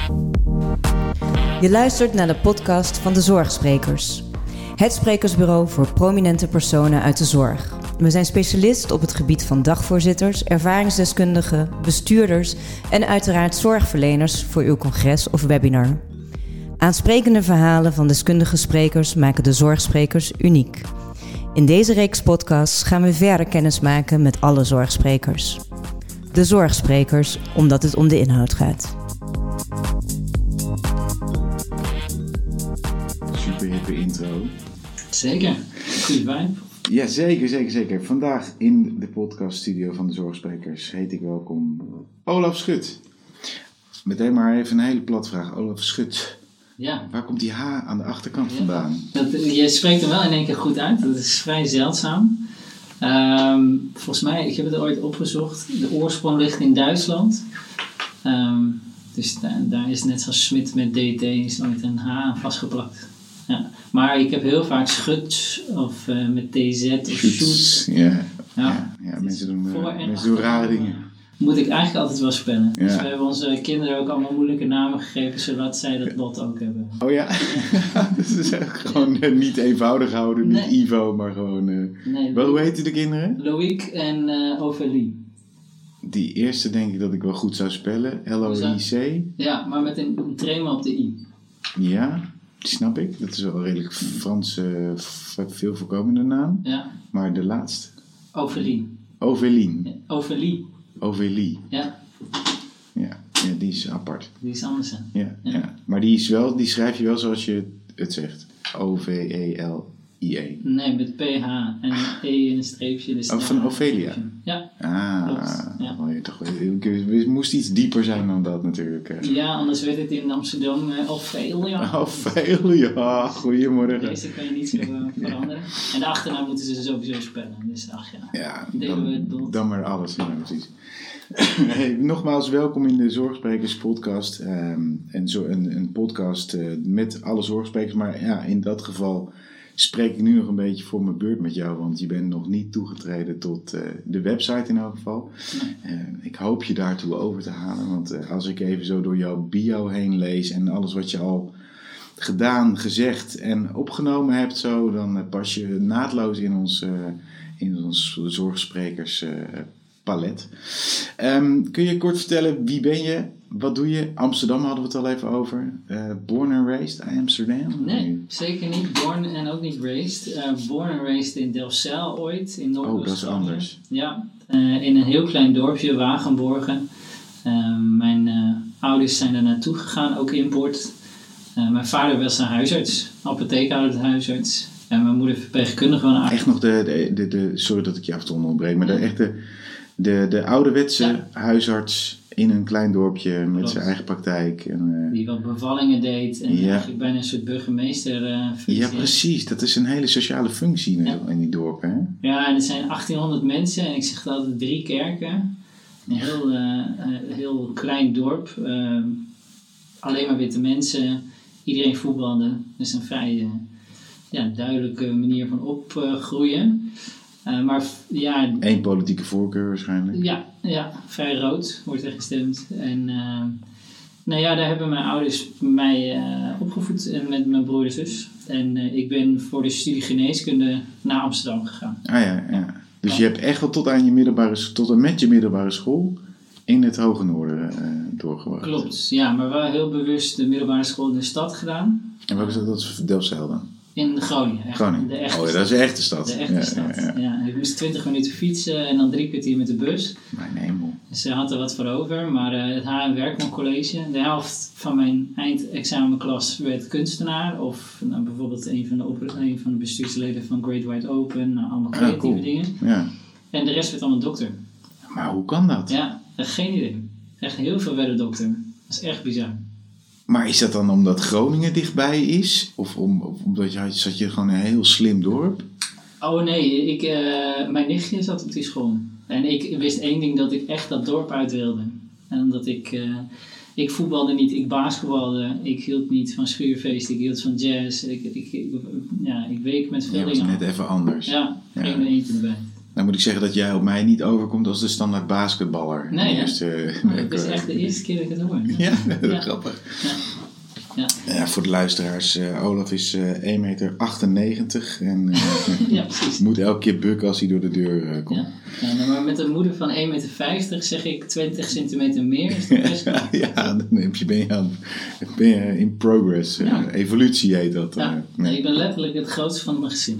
Je luistert naar de podcast van de Zorgsprekers. Het sprekersbureau voor prominente personen uit de zorg. We zijn specialist op het gebied van dagvoorzitters, ervaringsdeskundigen, bestuurders en uiteraard zorgverleners voor uw congres of webinar. Aansprekende verhalen van deskundige sprekers maken de Zorgsprekers uniek. In deze reeks podcasts gaan we verder kennis maken met alle zorgsprekers. De Zorgsprekers, omdat het om de inhoud gaat. Super hippe intro. Zeker, goede vibe. Ja, zeker. Vandaag in de podcaststudio van de Zorgsprekers heet ik welkom Olaf Schut. Meteen maar even een hele plat vraag. Olaf Schut, Ja. waar komt die H aan de achterkant vandaan? Je spreekt hem wel in één keer goed uit. Dat is vrij zeldzaam. Volgens mij, ik heb het ooit opgezocht. De oorsprong ligt in Duitsland. Dus daar is net zoals Smit met DT is nooit een H aan vastgeplakt. Ja. Maar ik heb heel vaak Schut of met TZ of Schut. Ja, mensen doen rare dingen. Moet ik eigenlijk altijd wel spellen. Ja. Dus we hebben onze kinderen ook allemaal moeilijke namen gegeven, zodat zij dat lot ook hebben. Oh ja? Dus het is gewoon niet eenvoudig houden, niet Nee. Ivo, maar gewoon... Nee, Hoe heet de kinderen? Loïc en Ophélie. Die eerste denk ik dat ik wel goed zou spellen. L-O-I-C. Ja, maar met een trema op de I. Ja, die snap ik. Dat is wel een redelijk Frans, veel voorkomende naam. Ja, Maar de laatste? Ophélie. Ovelien. Ophélie. Ovelie. Ja, Ja, die is apart. die is anders. Hè? Ja. Maar die schrijf je wel zoals je het zegt. O-V-E-L-I-E. Nee, met PH en een E en een streepje. Dus Van Ophelia? Ja. Ah, Ja. Het moest iets dieper zijn dan dat natuurlijk. Ja, anders werd het in Amsterdam Ophelia. Ophelia, goedemorgen. Deze kan je niet zo veranderen. En de achternaam moeten ze sowieso spellen. Dus ach ja. Ja, Delen we het dood. dan maar alles. Ja, precies. Hey, nogmaals welkom in de Zorgsprekers podcast. Een podcast met alle zorgsprekers. Maar ja, in dat geval spreek ik nu nog een beetje voor mijn beurt met jou. Want je bent nog niet toegetreden tot de website in elk geval. Ik hoop je daartoe over te halen. Want als ik even zo door jouw bio heen lees en alles wat je al gedaan, gezegd en opgenomen hebt zo, dan pas je naadloos in ons zorgsprekers palet. Kun je kort vertellen, wie ben je? Wat doe je? Amsterdam hadden we het al even over. Born and raised in Amsterdam? Nee, zeker niet. Born en ook niet raised. Born and raised in Delfzijl ooit, in Noordoost. Oh, dat is anders. Ja, in een heel klein dorpje, Wagenborgen. Mijn ouders zijn er naartoe gegaan, ook import. Mijn vader was een huisarts, apotheekhouder huisarts. En mijn moeder verpleegkundige. Echt nog sorry dat ik je af en toe onderbreek, maar de ouderwetse huisarts in een klein dorpje met Klopt. zijn eigen praktijk. En, die wat bevallingen deed en eigenlijk bijna een soort burgemeester functie. Ja, precies. Dat is een hele sociale functie in die dorpen. Hè? Ja, en er zijn 1800 mensen en ik zeg altijd 3 kerken. Een heel klein dorp. Alleen maar witte mensen. Iedereen voetbalde. Dus een vrij duidelijke manier van opgroeien. Maar ja... Eén politieke voorkeur waarschijnlijk. Ja, vrij rood wordt er gestemd. En daar hebben mijn ouders mij opgevoed met mijn broer en zus. En ik ben voor de studie geneeskunde naar Amsterdam gegaan. Ah ja. Dus je hebt echt wel tot en met je middelbare school in het Hoge Noorden doorgebracht. Klopt, ja, maar wel heel bewust de middelbare school in de stad gedaan. En welke is dat? Dat is Delfzijl dan? In Groningen. Groningen. De echte dat is de echte stad. De echte stad. Ja. Ik moest 20 minuten fietsen en dan 3 kwartier met de bus. Mijn hemel. Dus ze had er wat voor over. Maar het H.M. Werkman College, de helft van mijn eindexamenklas werd kunstenaar. Of bijvoorbeeld een van de bestuursleden van Great Wide Open. Allemaal creatieve dingen. Ja. En de rest werd allemaal dokter. Maar hoe kan dat? Ja, geen idee. Echt heel veel werden dokter. Dat is echt bizar. Maar is dat dan omdat Groningen dichtbij is? Of omdat zat je gewoon een heel slim dorp? Oh nee, mijn nichtje zat op die school. En ik wist één ding, dat ik echt dat dorp uit wilde. En omdat ik voetbalde niet, ik basketbalde, ik hield niet van schuurfeest, ik hield van jazz. Ik week met veel dingen. Dat was net even anders. Ja, geen eentje erbij. Nou moet ik zeggen dat jij op mij niet overkomt als de standaard basketballer. Nee, hè? Het is echt de eerste keer dat ik het hoor. Ja, grappig. Ja, voor de luisteraars, Olaf is 1,98 meter en moet elke keer bukken als hij door de deur komt. Ja, maar met een moeder van 1,50 meter zeg ik 20 centimeter meer. Is dat best wel. Ja, dan ben je in progress. Evolutie heet dat. Nee, ik ben letterlijk het grootste van mijn gezin.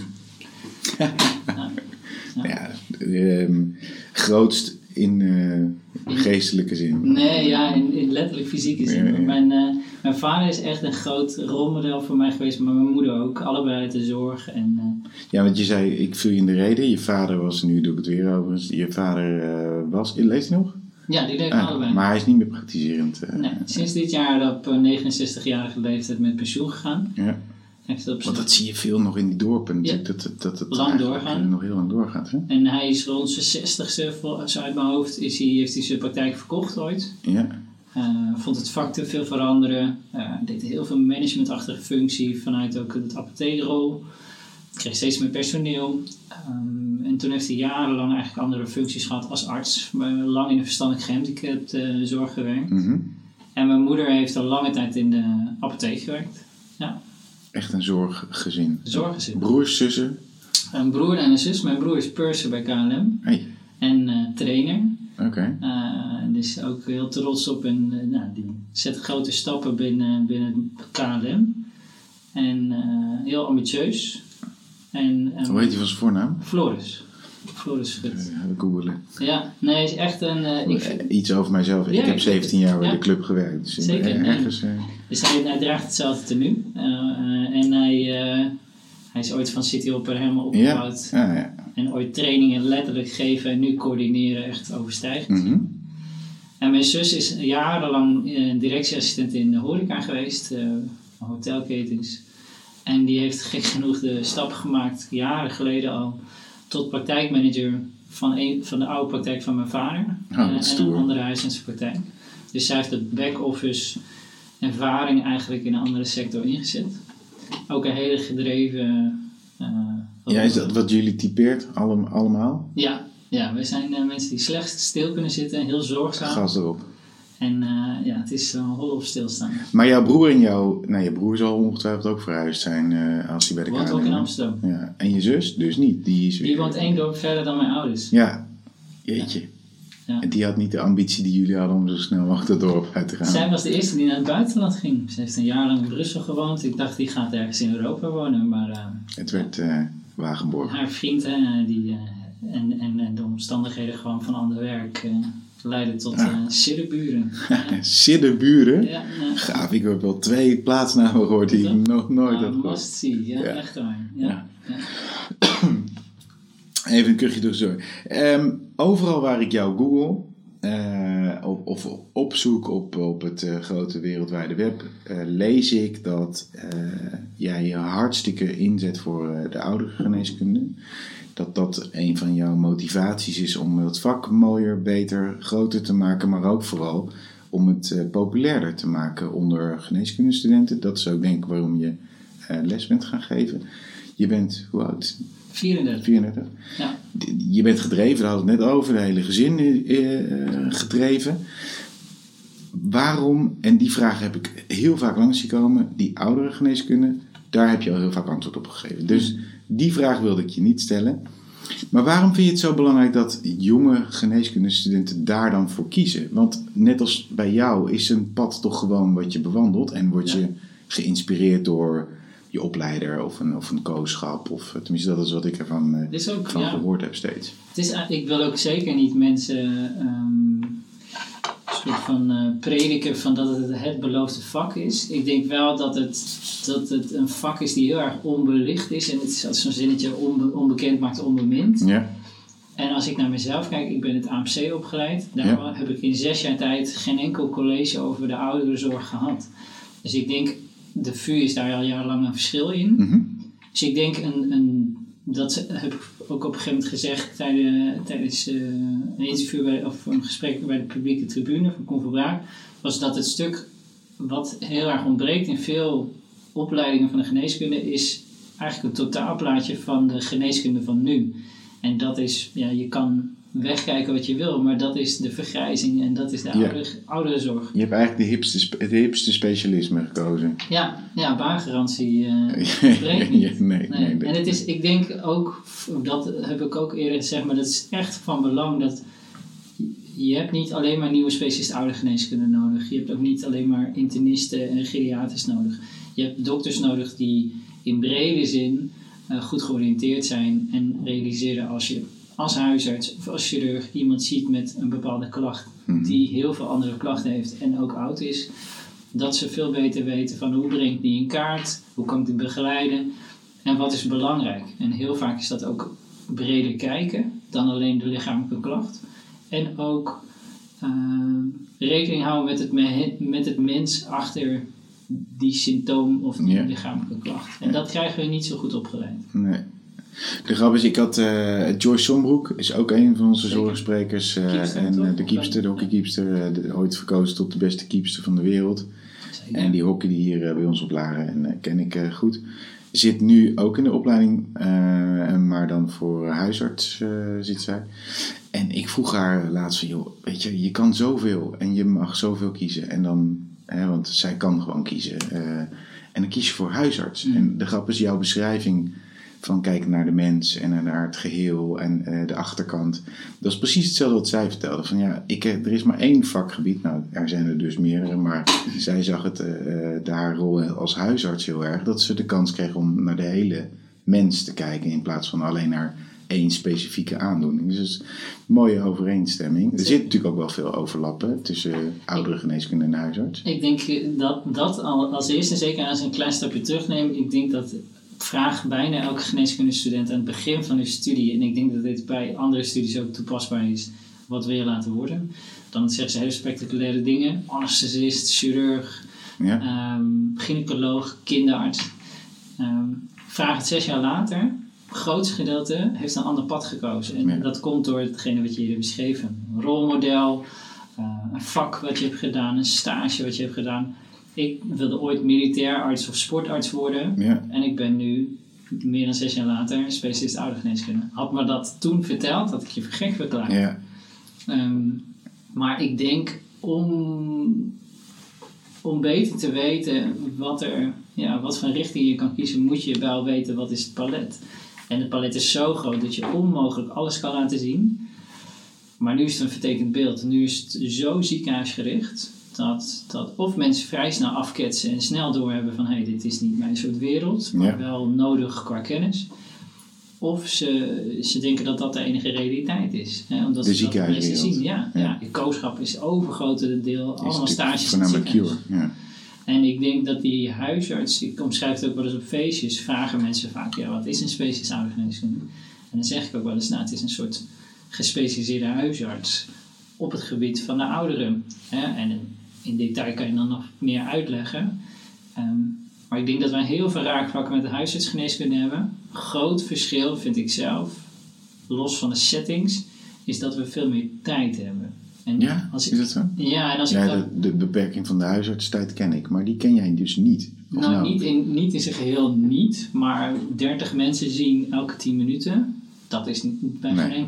Grootst in geestelijke zin. Nee, in letterlijk fysieke zin. Mijn vader is echt een groot rolmodel voor mij geweest, maar mijn moeder ook. Allebei uit de zorg. Ja, want je zei, ik viel je in de reden. Je vader was, nu doe ik het weer overigens. Je vader was, leeft hij nog? Ja, die deed allebei. Maar hij is niet meer praktiserend. Nee, sinds dit jaar op 69-jarige leeftijd met pensioen gegaan. Ja. Want dat zie je veel nog in die dorpen. Ja. Dat het lang doorgaan. Nog heel lang doorgaat. Hè? En hij is rond zijn 60ste, zo uit mijn hoofd, heeft hij zijn praktijk verkocht ooit. Ja. Vond het vak te veel veranderen. Deed heel veel managementachtige functie vanuit ook het apothekerrol. Kreeg steeds meer personeel. En toen heeft hij jarenlang eigenlijk andere functies gehad als arts. Lang in de verstandelijk gehandicapte zorg gewerkt. Mm-hmm. En mijn moeder heeft al lange tijd in de apotheek gewerkt. Ja. Echt een zorggezin. Zorggezin. Broers, zussen? Een broer en een zus. Mijn broer is purser bij KLM. Hey. En trainer. Oké. Dus ook heel trots op. En die zet grote stappen binnen KLM. En heel ambitieus. Hoe heet hij van zijn voornaam? Floris Schut. Googelen. Ja, nee, hij is echt iets over mijzelf. Ik heb 17 jaar bij de club gewerkt. Dus zeker. Ergens, Dus hij draagt hetzelfde tenue. En hij is ooit van City Hopper helemaal opgebouwd. Ja. En ooit trainingen letterlijk geven en nu coördineren echt overstijgend. Mm-hmm. En mijn zus is jarenlang directieassistent in de horeca geweest. Hotelketens. En die heeft gek genoeg de stap gemaakt, jaren geleden al, tot praktijkmanager van de oude praktijk van mijn vader. En een andere huisartsenpraktijk. Dus zij heeft de back-office ervaring eigenlijk in een andere sector ingezet. Ook een hele gedreven... is dat wat jullie typeert, allemaal? Ja, wij zijn mensen die slecht stil kunnen zitten, heel zorgzaam. Gas erop. En het is hol op stilstaan. Maar jouw broer en je broer zal ongetwijfeld ook verhuisd zijn als hij bij de KLM woont ook in Amsterdam. Ja. En je zus dus niet? Die woont 1 dorp verder dan mijn ouders. Ja, jeetje. Ja. En die had niet de ambitie die jullie hadden om zo snel mogelijk het dorp uit te gaan. Zij was de eerste die naar het buitenland ging. Ze heeft een jaar lang in Brussel gewoond. Ik dacht, die gaat ergens in Europa wonen. Maar het werd Wagenborg. Haar vriend en de omstandigheden gewoon van ander werk... leidde tot Siddeburen. Siddeburen? Ja. Gaaf, ik heb wel 2 plaatsnamen gehoord die ik nog nooit had gehoord. Must see, echt waar. Ja. Even een kuchje door. Overal waar ik jou google of opzoek op het grote wereldwijde web, lees ik dat jij je hartstikke inzet voor de ouderengeneeskunde. Dat een van jouw motivaties is om het vak mooier, beter, groter te maken, maar ook vooral om het populairder te maken onder geneeskundestudenten. Dat is ook denk ik waarom je les bent gaan geven. Je bent, hoe oud? 34. Ja. Je bent gedreven, daar hadden we het net over, de hele gezin gedreven. Waarom, en die vraag heb ik heel vaak langs zien komen, die oudere geneeskunde, daar heb je al heel vaak antwoord op gegeven. Dus die vraag wilde ik je niet stellen. Maar waarom vind je het zo belangrijk dat jonge geneeskundestudenten daar dan voor kiezen? Want net als bij jou is een pad toch gewoon wat je bewandelt en word je geïnspireerd door je opleider of een co-schap. Of tenminste, dat is wat ik ervan gehoord heb steeds. Ik wil ook zeker niet mensen soort van prediken van dat het beloofde vak is. Ik denk wel dat het een vak is die heel erg onbelicht is. En het is zo'n zinnetje, onbekend maakt onbemind. Ja. En als ik naar mezelf kijk, ik ben het AMC opgeleid. Daar heb ik in 6 jaar tijd geen enkel college over de ouderenzorg gehad. Dus ik denk, de VU is daar al jarenlang een verschil in. Mm-hmm. Dus ik denk, dat heb ik ook op een gegeven moment gezegd tijdens een interview of een gesprek bij de publieke tribune van Con Verbraak, was dat het stuk wat heel erg ontbreekt in veel opleidingen van de geneeskunde is eigenlijk een totaalplaatje van de geneeskunde van nu. En dat is, je kan wegkijken wat je wil, maar dat is de vergrijzing en dat is de ouderenzorg. Je hebt eigenlijk het hipste specialisme gekozen. Ja, baangarantie breekt niet. Nee. En het is, ik denk ook, dat heb ik ook eerder gezegd, maar dat is echt van belang dat je hebt niet alleen maar nieuwe specialist oudergeneeskunde nodig. Je hebt ook niet alleen maar internisten en geriaters nodig. Je hebt dokters nodig die in brede zin goed georiënteerd zijn en realiseren als je als huisarts of als chirurg iemand ziet met een bepaalde klacht die heel veel andere klachten heeft en ook oud is, dat ze veel beter weten van hoe breng ik die in kaart, hoe kan ik die begeleiden en wat is belangrijk. En heel vaak is dat ook breder kijken dan alleen de lichamelijke klacht. En ook rekening houden met het mens achter die symptoom of die lichamelijke klacht. En dat krijgen we niet zo goed opgeleid. Nee. De grap is, ik had Joyce Sombroek, is ook een van onze zorgsprekers. En de hockeykeepster, ooit verkozen tot de beste keepster van de wereld. Zeker. En die hockey die hier bij ons op Laren en ken ik goed. Zit nu ook in de opleiding, maar dan voor huisarts zit zij. En ik vroeg haar laatst van, joh, weet je kan zoveel en je mag zoveel kiezen. En dan, want zij kan gewoon kiezen. En dan kies je voor huisarts. En de grap is, jouw beschrijving van kijken naar de mens en naar het geheel en de achterkant. Dat is precies hetzelfde wat zij vertelde. Van er is maar één vakgebied. Nou, er zijn er dus meerdere. Maar zij zag haar rol als huisarts heel erg. Dat ze de kans kreeg om naar de hele mens te kijken. In plaats van alleen naar één specifieke aandoening. Dus dat is een mooie overeenstemming. Er zit natuurlijk ook wel veel overlappen tussen ouderengeneeskunde en huisarts. Ik denk dat als eerste, zeker als ik een klein stapje terugneem, ik denk dat vraag bijna elke geneeskundestudent aan het begin van hun studie, en ik denk dat dit bij andere studies ook toepasbaar is, wat wil je laten worden? Dan zeggen ze hele spectaculaire dingen. Anesthesist, chirurg, gynaecoloog, kinderarts. Vraag het 6 jaar later. Het grootste gedeelte heeft een ander pad gekozen. En dat komt door hetgene wat je hier hebt beschreven. Een rolmodel, een vak wat je hebt gedaan, een stage wat je hebt gedaan. Ik wilde ooit militair arts of sportarts worden. Ja. En ik ben nu, meer dan 6 jaar later, specialist oudergeneeskunde. Had me dat toen verteld, had ik je voor gek verklaard. Ja. Maar ik denk, om beter te weten wat voor richting je kan kiezen, moet je wel weten wat is het palet. En het palet is zo groot dat je onmogelijk alles kan laten zien. Maar nu is het een vertekend beeld. Nu is het zo ziekenhuisgericht dat of mensen vrij snel afketsen en snel doorhebben van dit is niet mijn soort wereld, maar wel nodig qua kennis. Of ze denken dat dat de enige realiteit is. Omdat de ziekenhuiswereld. Zien. Ja. Je kooschap is overgrote deel, allemaal stages in het ziekenhuis. Ja. En ik denk dat die huisarts, ik omschrijf het ook wel eens op feestjes, vragen mensen vaak, wat is een specialist oudergeneeskunde? En dan zeg ik ook wel eens, het is een soort gespecialiseerde huisarts op het gebied van de ouderen. En in detail kan je dan nog meer uitleggen. Maar ik denk dat wij heel veel raakvlakken met de huisartsgeneeskunde hebben. Groot verschil vind ik zelf, los van de settings, is dat we veel meer tijd hebben. En is dat zo? Ja, en als de beperking van de huisartstijd ken ik, maar die ken jij dus niet. Niet in zijn geheel niet, maar 30 mensen zien elke 10 minuten. Dat is niet bij geen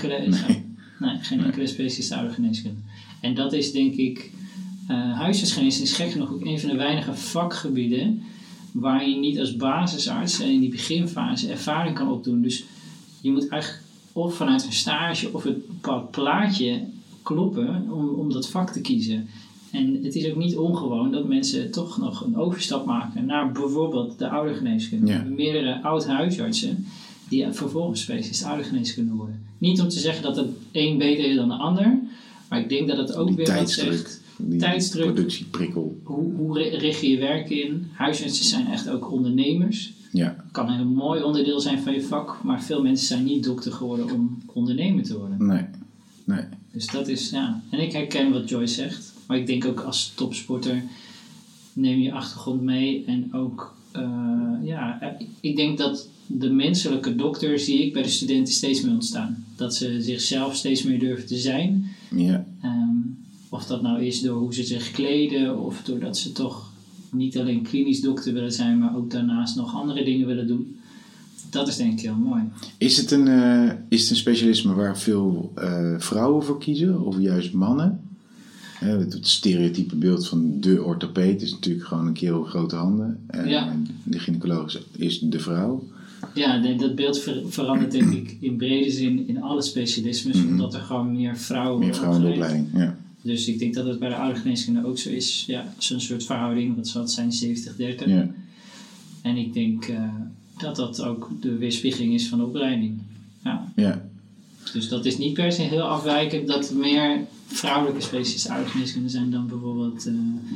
enkele specialist oudergeneeskunde. En dat is denk ik, huisartsgeneeskunde is gek genoeg ook een van de weinige vakgebieden waar je niet als basisarts in die beginfase ervaring kan opdoen. Dus je moet eigenlijk of vanuit een stage of het bepaald plaatje kloppen om dat vak te kiezen. En het is ook niet ongewoon dat mensen toch nog een overstap maken naar bijvoorbeeld de oudergeneeskunde. Ja. Meerdere oud-huisartsen die vervolgens specialist oudergeneeskunde worden. Niet om te zeggen dat het een beter is dan de ander, maar ik denk dat het ook die weer wat zegt. Tijdsdruk, productieprikkel. Hoe richt je je werk in? Huisartsen zijn echt ook ondernemers. Ja. Het kan een heel mooi onderdeel zijn van je vak, maar veel mensen zijn niet dokter geworden om ondernemer te worden. Nee. Dus dat is, En ik herken wat Joyce zegt, maar ik denk ook als topsporter neem je achtergrond mee en ook, ik denk dat de menselijke dokter zie ik bij de studenten steeds meer ontstaan. Dat ze zichzelf steeds meer durven te zijn. Ja. Of dat nou is door hoe ze zich kleden of doordat ze toch niet alleen klinisch dokter willen zijn, maar ook daarnaast nog andere dingen willen doen. dat is denk ik heel mooi. Is het een specialisme waar veel vrouwen voor kiezen? Of juist mannen? Het stereotype beeld van de orthopeed is natuurlijk gewoon een kerel met grote handen. De gynaecoloog is de vrouw. Ja, dat beeld verandert denk ik in brede zin in alle specialismes. Omdat er gewoon meer vrouwen in de opleiding, ja. Dus ik denk dat het bij de oude geneeskunde ook zo is. Ja, zo'n soort verhouding, wat zal het zijn, 70-30. Ja. En ik denk dat ook de weerspiegeling is van de opleiding. Ja. Dus dat is niet per se heel afwijkend dat er meer vrouwelijke specialisten oude geneeskunde zijn dan bijvoorbeeld...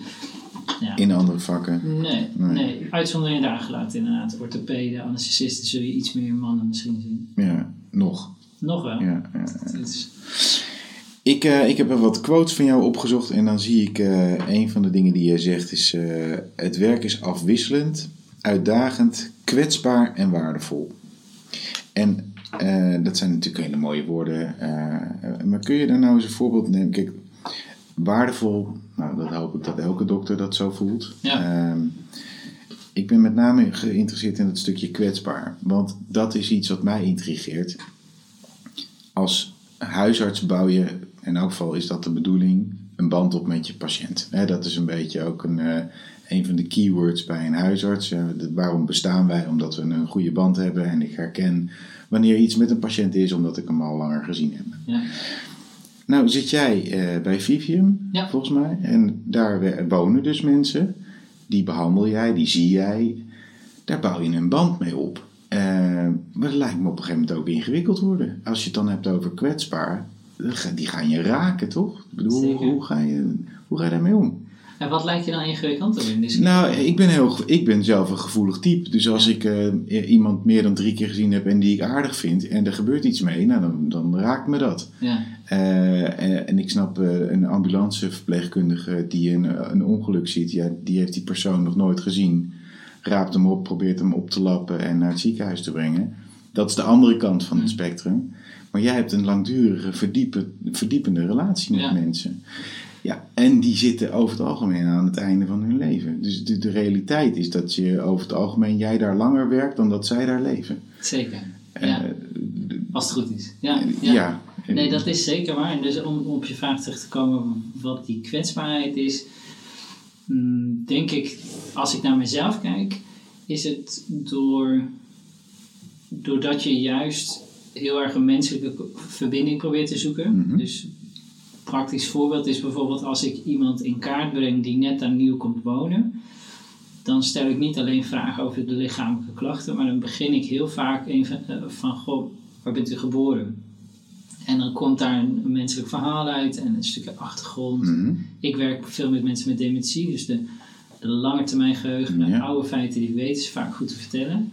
in andere vakken? Nee. Uitzonderingen daar gelaten inderdaad. Orthopeden, anesthesisten zul je iets meer mannen misschien zien. Ja, nog. Nog wel. Ja. Dus... Ik heb er wat quotes van jou opgezocht en dan zie ik een van de dingen die je zegt is... het werk is afwisselend, uitdagend, kwetsbaar en waardevol. En dat zijn natuurlijk hele mooie woorden. Maar kun je daar nou eens een voorbeeld nemen? Kijk, waardevol, nou dat hoop ik dat elke dokter dat zo voelt. Ja. Ik ben met name geïnteresseerd in het stukje kwetsbaar. Want dat is iets wat mij intrigeert. Als huisarts bouw je, in elk geval is dat de bedoeling, een band op met je patiënt. Dat is een beetje ook een van de keywords bij een huisarts. Waarom bestaan wij? Omdat we een goede band hebben en ik herken wanneer iets met een patiënt is, omdat ik hem al langer gezien heb. Ja. Nou zit jij bij Vivium, volgens mij. En daar wonen dus mensen. Die behandel jij, die zie jij. Daar bouw je een band mee op. Maar dat lijkt me op een gegeven moment ook ingewikkeld worden. Als je het dan hebt over kwetsbaar, die gaan je raken, toch? Ik bedoel, hoe ga je daarmee om? En wat lijkt je dan ingewikkeld in dit? Nou, ik ben zelf een gevoelig type. Dus als ik iemand meer dan 3 keer gezien heb en die ik aardig vind en er gebeurt iets mee, nou, dan raakt me dat. Ja. En ik snap een ambulanceverpleegkundige die een ongeluk ziet, die heeft die persoon nog nooit gezien. Raapt hem op, probeert hem op te lappen en naar het ziekenhuis te brengen. Dat is de andere kant van het spectrum. Maar jij hebt een langdurige, verdiepende relatie met mensen. Ja, en die zitten over het algemeen aan het einde van hun leven. Dus de realiteit is dat je over het algemeen jij daar langer werkt dan dat zij daar leven. Zeker, als het goed is. Ja. Nee, dat is zeker waar. En dus om op je vraag terug te komen wat die kwetsbaarheid is, denk ik, als ik naar mezelf kijk, is het doordat je juist heel erg een menselijke verbinding probeert te zoeken. Mm-hmm. Dus praktisch voorbeeld is bijvoorbeeld als ik iemand in kaart breng die net daar nieuw komt wonen, dan stel ik niet alleen vragen over de lichamelijke klachten, maar dan begin ik heel vaak van goh, waar bent u geboren? En dan komt daar een menselijk verhaal uit en een stukje achtergrond. Mm-hmm. Ik werk veel met mensen met dementie, dus de lange termijn geheugen, de oude feiten die ik weet, is vaak goed te vertellen.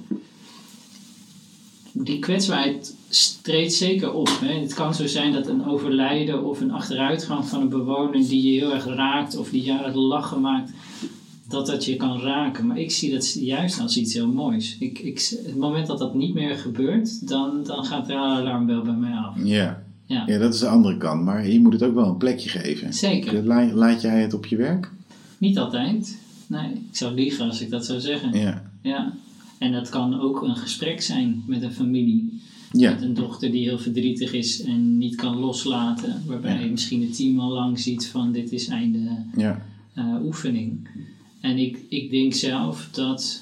Die kwetsbaarheid treedt zeker op. Hè. Het kan zo zijn dat een overlijden of een achteruitgang van een bewoner die je heel erg raakt of die jou lachen maakt, dat je kan raken. Maar ik zie dat juist als iets heel moois. Het moment dat dat niet meer gebeurt, dan gaat de alarmbel bij mij af. Ja, dat is de andere kant. Maar je moet het ook wel een plekje geven. Zeker. Laat jij het op je werk? Niet altijd. Nee, ik zou liegen als ik dat zou zeggen. Ja. En dat kan ook een gesprek zijn met een familie. Ja. Met een dochter die heel verdrietig is en niet kan loslaten. Waarbij je misschien het team al lang ziet van dit is einde oefening. En ik denk zelf dat...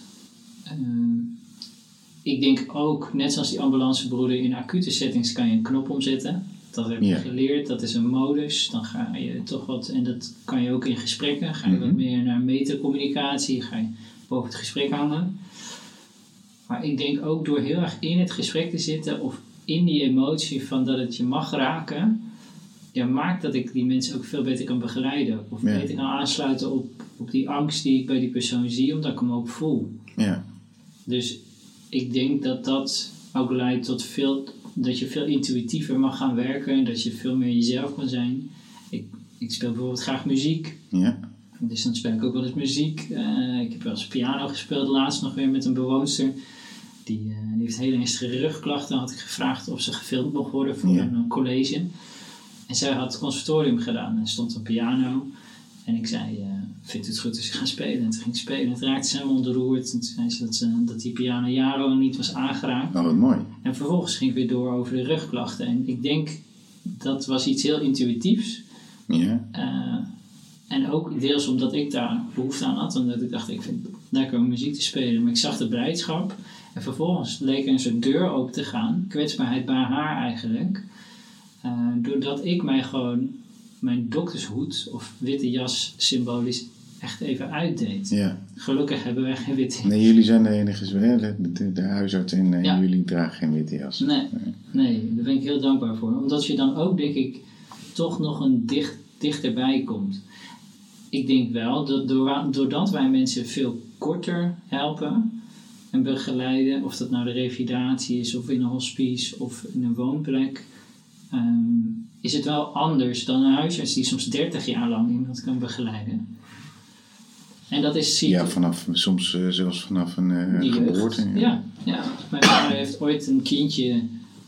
ik denk ook, net zoals die ambulancebroeder, in acute settings kan je een knop omzetten. Dat heb je geleerd, dat is een modus. Dan ga je toch wat, en dat kan je ook in gesprekken. Ga je wat meer naar metacommunicatie, ga je boven het gesprek hangen. Maar ik denk ook door heel erg in het gesprek te zitten of in die emotie van dat het je mag raken, maakt dat ik die mensen ook veel beter kan begeleiden. Of beter kan aansluiten op die angst die ik bij die persoon zie, omdat ik hem ook voel. Ja. Dus ik denk dat ook leidt tot dat je veel intuïtiever mag gaan werken en dat je veel meer jezelf kan zijn. Ik speel bijvoorbeeld graag muziek. Ja. Dus dan speel ik ook wel eens muziek. Ik heb wel eens piano gespeeld, laatst nog weer met een bewoonster. Die heeft hele ernstige rugklachten. Dan had ik gevraagd of ze gefilmd mocht worden voor een college. En zij had het conservatorium gedaan. Er stond een piano. En ik zei, vindt u het goed als ik ga spelen? En toen ging ik spelen. Het raakte ze helemaal ontroerd. En toen zei ze dat die piano jarenlang niet was aangeraakt. Oh, wat mooi. En vervolgens ging ik weer door over de rugklachten. En ik denk, dat was iets heel intuïtiefs. Ja. En ook deels omdat ik daar behoefte aan had. Omdat ik dacht, ik vind het lekker om muziek te spelen. Maar ik zag de blijdschap. En vervolgens leek er een soort deur open te gaan. Kwetsbaarheid bij haar eigenlijk. Doordat ik mij gewoon mijn doktershoed of witte jas symbolisch echt even uitdeed. Ja. Gelukkig hebben wij geen witte jas. Nee, jullie zijn de enige, de huisarts en jullie dragen geen witte jas. Nee, daar ben ik heel dankbaar voor. Omdat je dan ook, denk ik, toch nog een dichterbij komt. Ik denk wel dat doordat wij mensen veel korter helpen en begeleiden, of dat nou de revalidatie is, of in een hospice, of in een woonplek, is het wel anders dan een huisarts die soms 30 jaar lang iemand kan begeleiden. En dat is... soms zelfs vanaf een geboorte. Ja. Mijn vader heeft ooit een kindje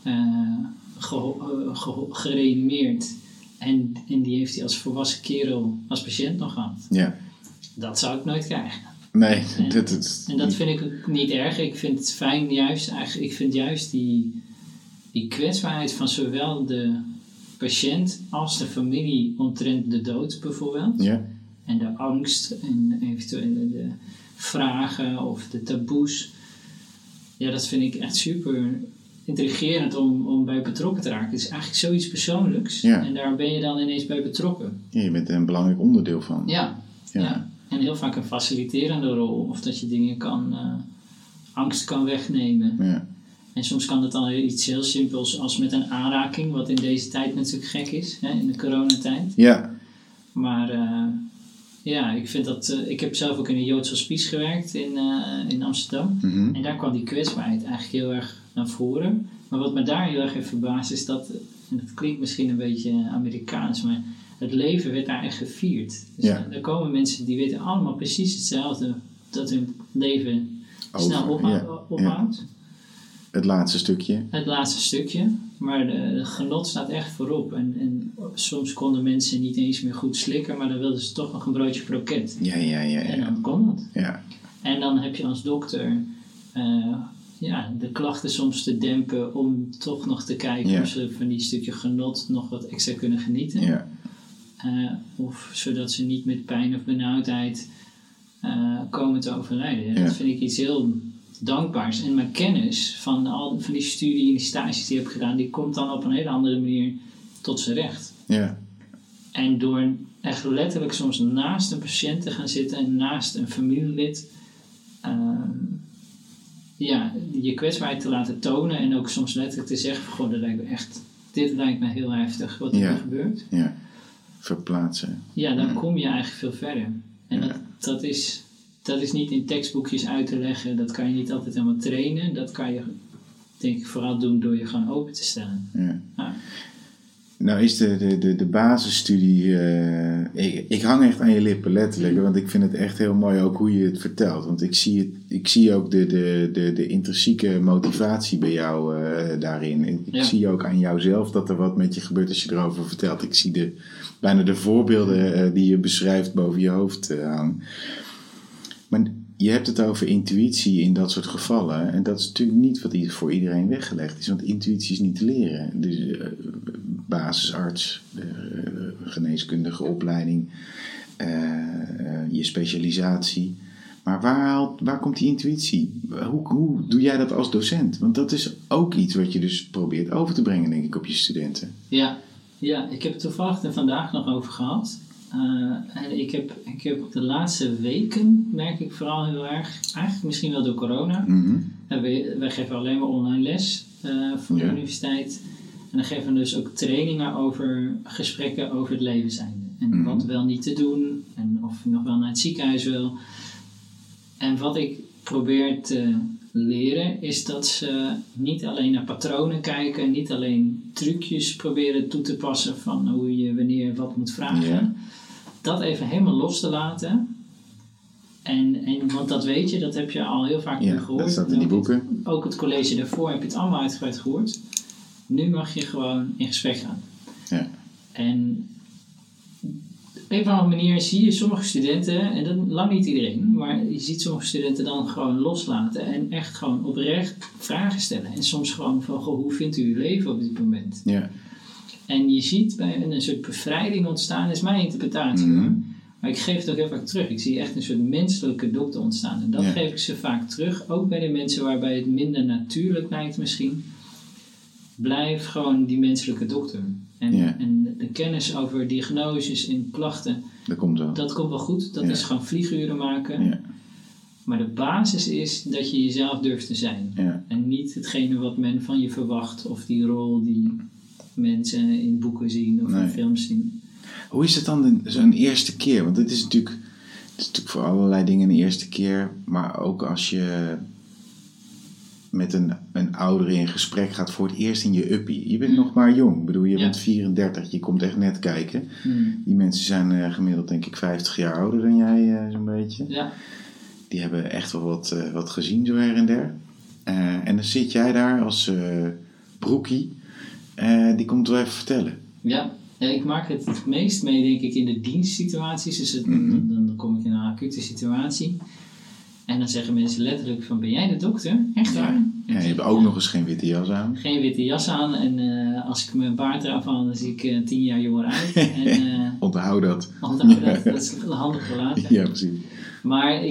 gereanimeerd. En die heeft hij als volwassen kerel, als patiënt nog gehad. Ja. Dat zou ik nooit krijgen. Nee. En dat vind ik ook niet erg. Ik vind het fijn juist, ik vind juist die kwetsbaarheid van zowel de patiënt als de familie omtrent de dood bijvoorbeeld. Ja. En de angst en eventueel de vragen of de taboes. Ja, dat vind ik echt super intrigerend om bij betrokken te raken. Het is eigenlijk zoiets persoonlijks. Ja. En daar ben je dan ineens bij betrokken. Ja, je bent er een belangrijk onderdeel van. Ja. En heel vaak een faciliterende rol. Of dat je dingen angst kan wegnemen. Ja. En soms kan het dan iets heel simpels als met een aanraking. Wat in deze tijd natuurlijk gek is. Hè, in de coronatijd. Ja. Maar ik vind dat... ik heb zelf ook in een Joods hospice gewerkt in Amsterdam. Mm-hmm. En daar kwam die kwetsbaarheid eigenlijk heel erg naar voren. Maar wat me daar heel erg heeft verbaasd is dat... En dat klinkt misschien een beetje Amerikaans, maar... Het leven werd daar echt gevierd. Dus er komen mensen die weten allemaal precies hetzelfde. Dat hun leven snel ophoudt. Het laatste stukje. Maar de genot staat echt voorop. En soms konden mensen niet eens meer goed slikken. Maar dan wilden ze toch nog een broodje kroket. Ja. En dan kon dat. Ja. En dan heb je als dokter... de klachten soms te dempen. Om toch nog te kijken of ze van die stukje genot nog wat extra kunnen genieten. Ja. Of zodat ze niet met pijn of benauwdheid komen te overlijden. Ja. Dat vind ik iets heel dankbaars. En mijn kennis van die studie en die stages die ik heb gedaan, die komt dan op een hele andere manier tot zijn recht. Ja. En door echt letterlijk soms naast een patiënt te gaan zitten en naast een familielid, je kwetsbaarheid te laten tonen en ook soms letterlijk te zeggen van, goh, dit lijkt me heel heftig wat er gebeurt. Ja. Verplaatsen. Ja, dan kom je eigenlijk veel verder. En dat is niet in tekstboekjes uit te leggen. Dat kan je niet altijd helemaal trainen. Dat kan je, denk ik, vooral doen door je gewoon open te stellen. Ja. Nou is de basisstudie... ik hang echt aan je lippen, letterlijk. Want ik vind het echt heel mooi ook hoe je het vertelt. Want ik zie ook de intrinsieke motivatie bij jou daarin. Ik zie ook aan jouzelf dat er wat met je gebeurt als je erover vertelt. Ik zie bijna de voorbeelden die je beschrijft boven je hoofd hangen. Maar je hebt het over intuïtie in dat soort gevallen. En dat is natuurlijk niet wat voor iedereen weggelegd is. Want intuïtie is niet te leren. Dus basisarts, geneeskundige opleiding, je specialisatie. Maar waar komt die intuïtie? Hoe doe jij dat als docent? Want dat is ook iets wat je dus probeert over te brengen, denk ik, op je studenten. Ja, ik heb het toevallig er vandaag nog over gehad. En ik heb de laatste weken, merk ik vooral heel erg, eigenlijk misschien wel door corona. Mm-hmm. Wij geven alleen maar online les voor de universiteit. En dan geven we dus ook trainingen over gesprekken over het levenseinde. En wat wel niet te doen. En of je nog wel naar het ziekenhuis wil. En wat ik probeer te leren is dat ze niet alleen naar patronen kijken. Niet alleen trucjes proberen toe te passen van hoe je wanneer wat moet vragen. Yeah. Dat even helemaal los te laten. Want dat weet je, dat heb je al heel vaak gehoord. Dat staat in die boeken. Ook het college daarvoor heb je het allemaal uitgebreid gehoord. Nu mag je gewoon in gesprek gaan. Ja. En een of andere manier zie je sommige studenten, en dat lang niet iedereen, maar je ziet sommige studenten dan gewoon loslaten en echt gewoon oprecht vragen stellen. En soms gewoon van, goh, hoe vindt u uw leven op dit moment? Ja. En je ziet bij een soort bevrijding ontstaan, dat is mijn interpretatie. Maar ik geef het ook heel vaak terug. Ik zie echt een soort menselijke dokter ontstaan. En dat geef ik ze vaak terug. Ook bij de mensen waarbij het minder natuurlijk lijkt misschien. Blijf gewoon die menselijke dokter. En de kennis over diagnoses en klachten. Dat komt wel goed. Dat is gewoon vlieguren maken. Ja. Maar de basis is dat je jezelf durft te zijn. Ja. En niet hetgene wat men van je verwacht. Of die rol die mensen in boeken zien of in films zien. Hoe is het dan zo'n eerste keer? Want het is natuurlijk voor allerlei dingen een eerste keer. Maar ook als je met een oudere in gesprek gaat voor het eerst in je uppie. Je bent nog maar jong. Ik bedoel, je bent 34. Je komt echt net kijken. Die mensen zijn gemiddeld denk ik 50 jaar ouder dan jij zo'n beetje. Ja. Die hebben echt wel wat gezien zo her en der. En dan zit jij daar als broekie. Die komt wel even vertellen. Ja, ik maak het meest mee denk ik in de dienstsituaties. Dus dan kom ik in een acute situatie. En dan zeggen mensen letterlijk van, ben jij de dokter? Echt waar? Ja, je hebt ook nog eens geen witte jas aan. Geen witte jas aan. En als ik mijn baard eraf haal, dan zie ik 10 jaar jonger uit. En, onthoud dat. Dat is handig voor later. Ja, precies. Maar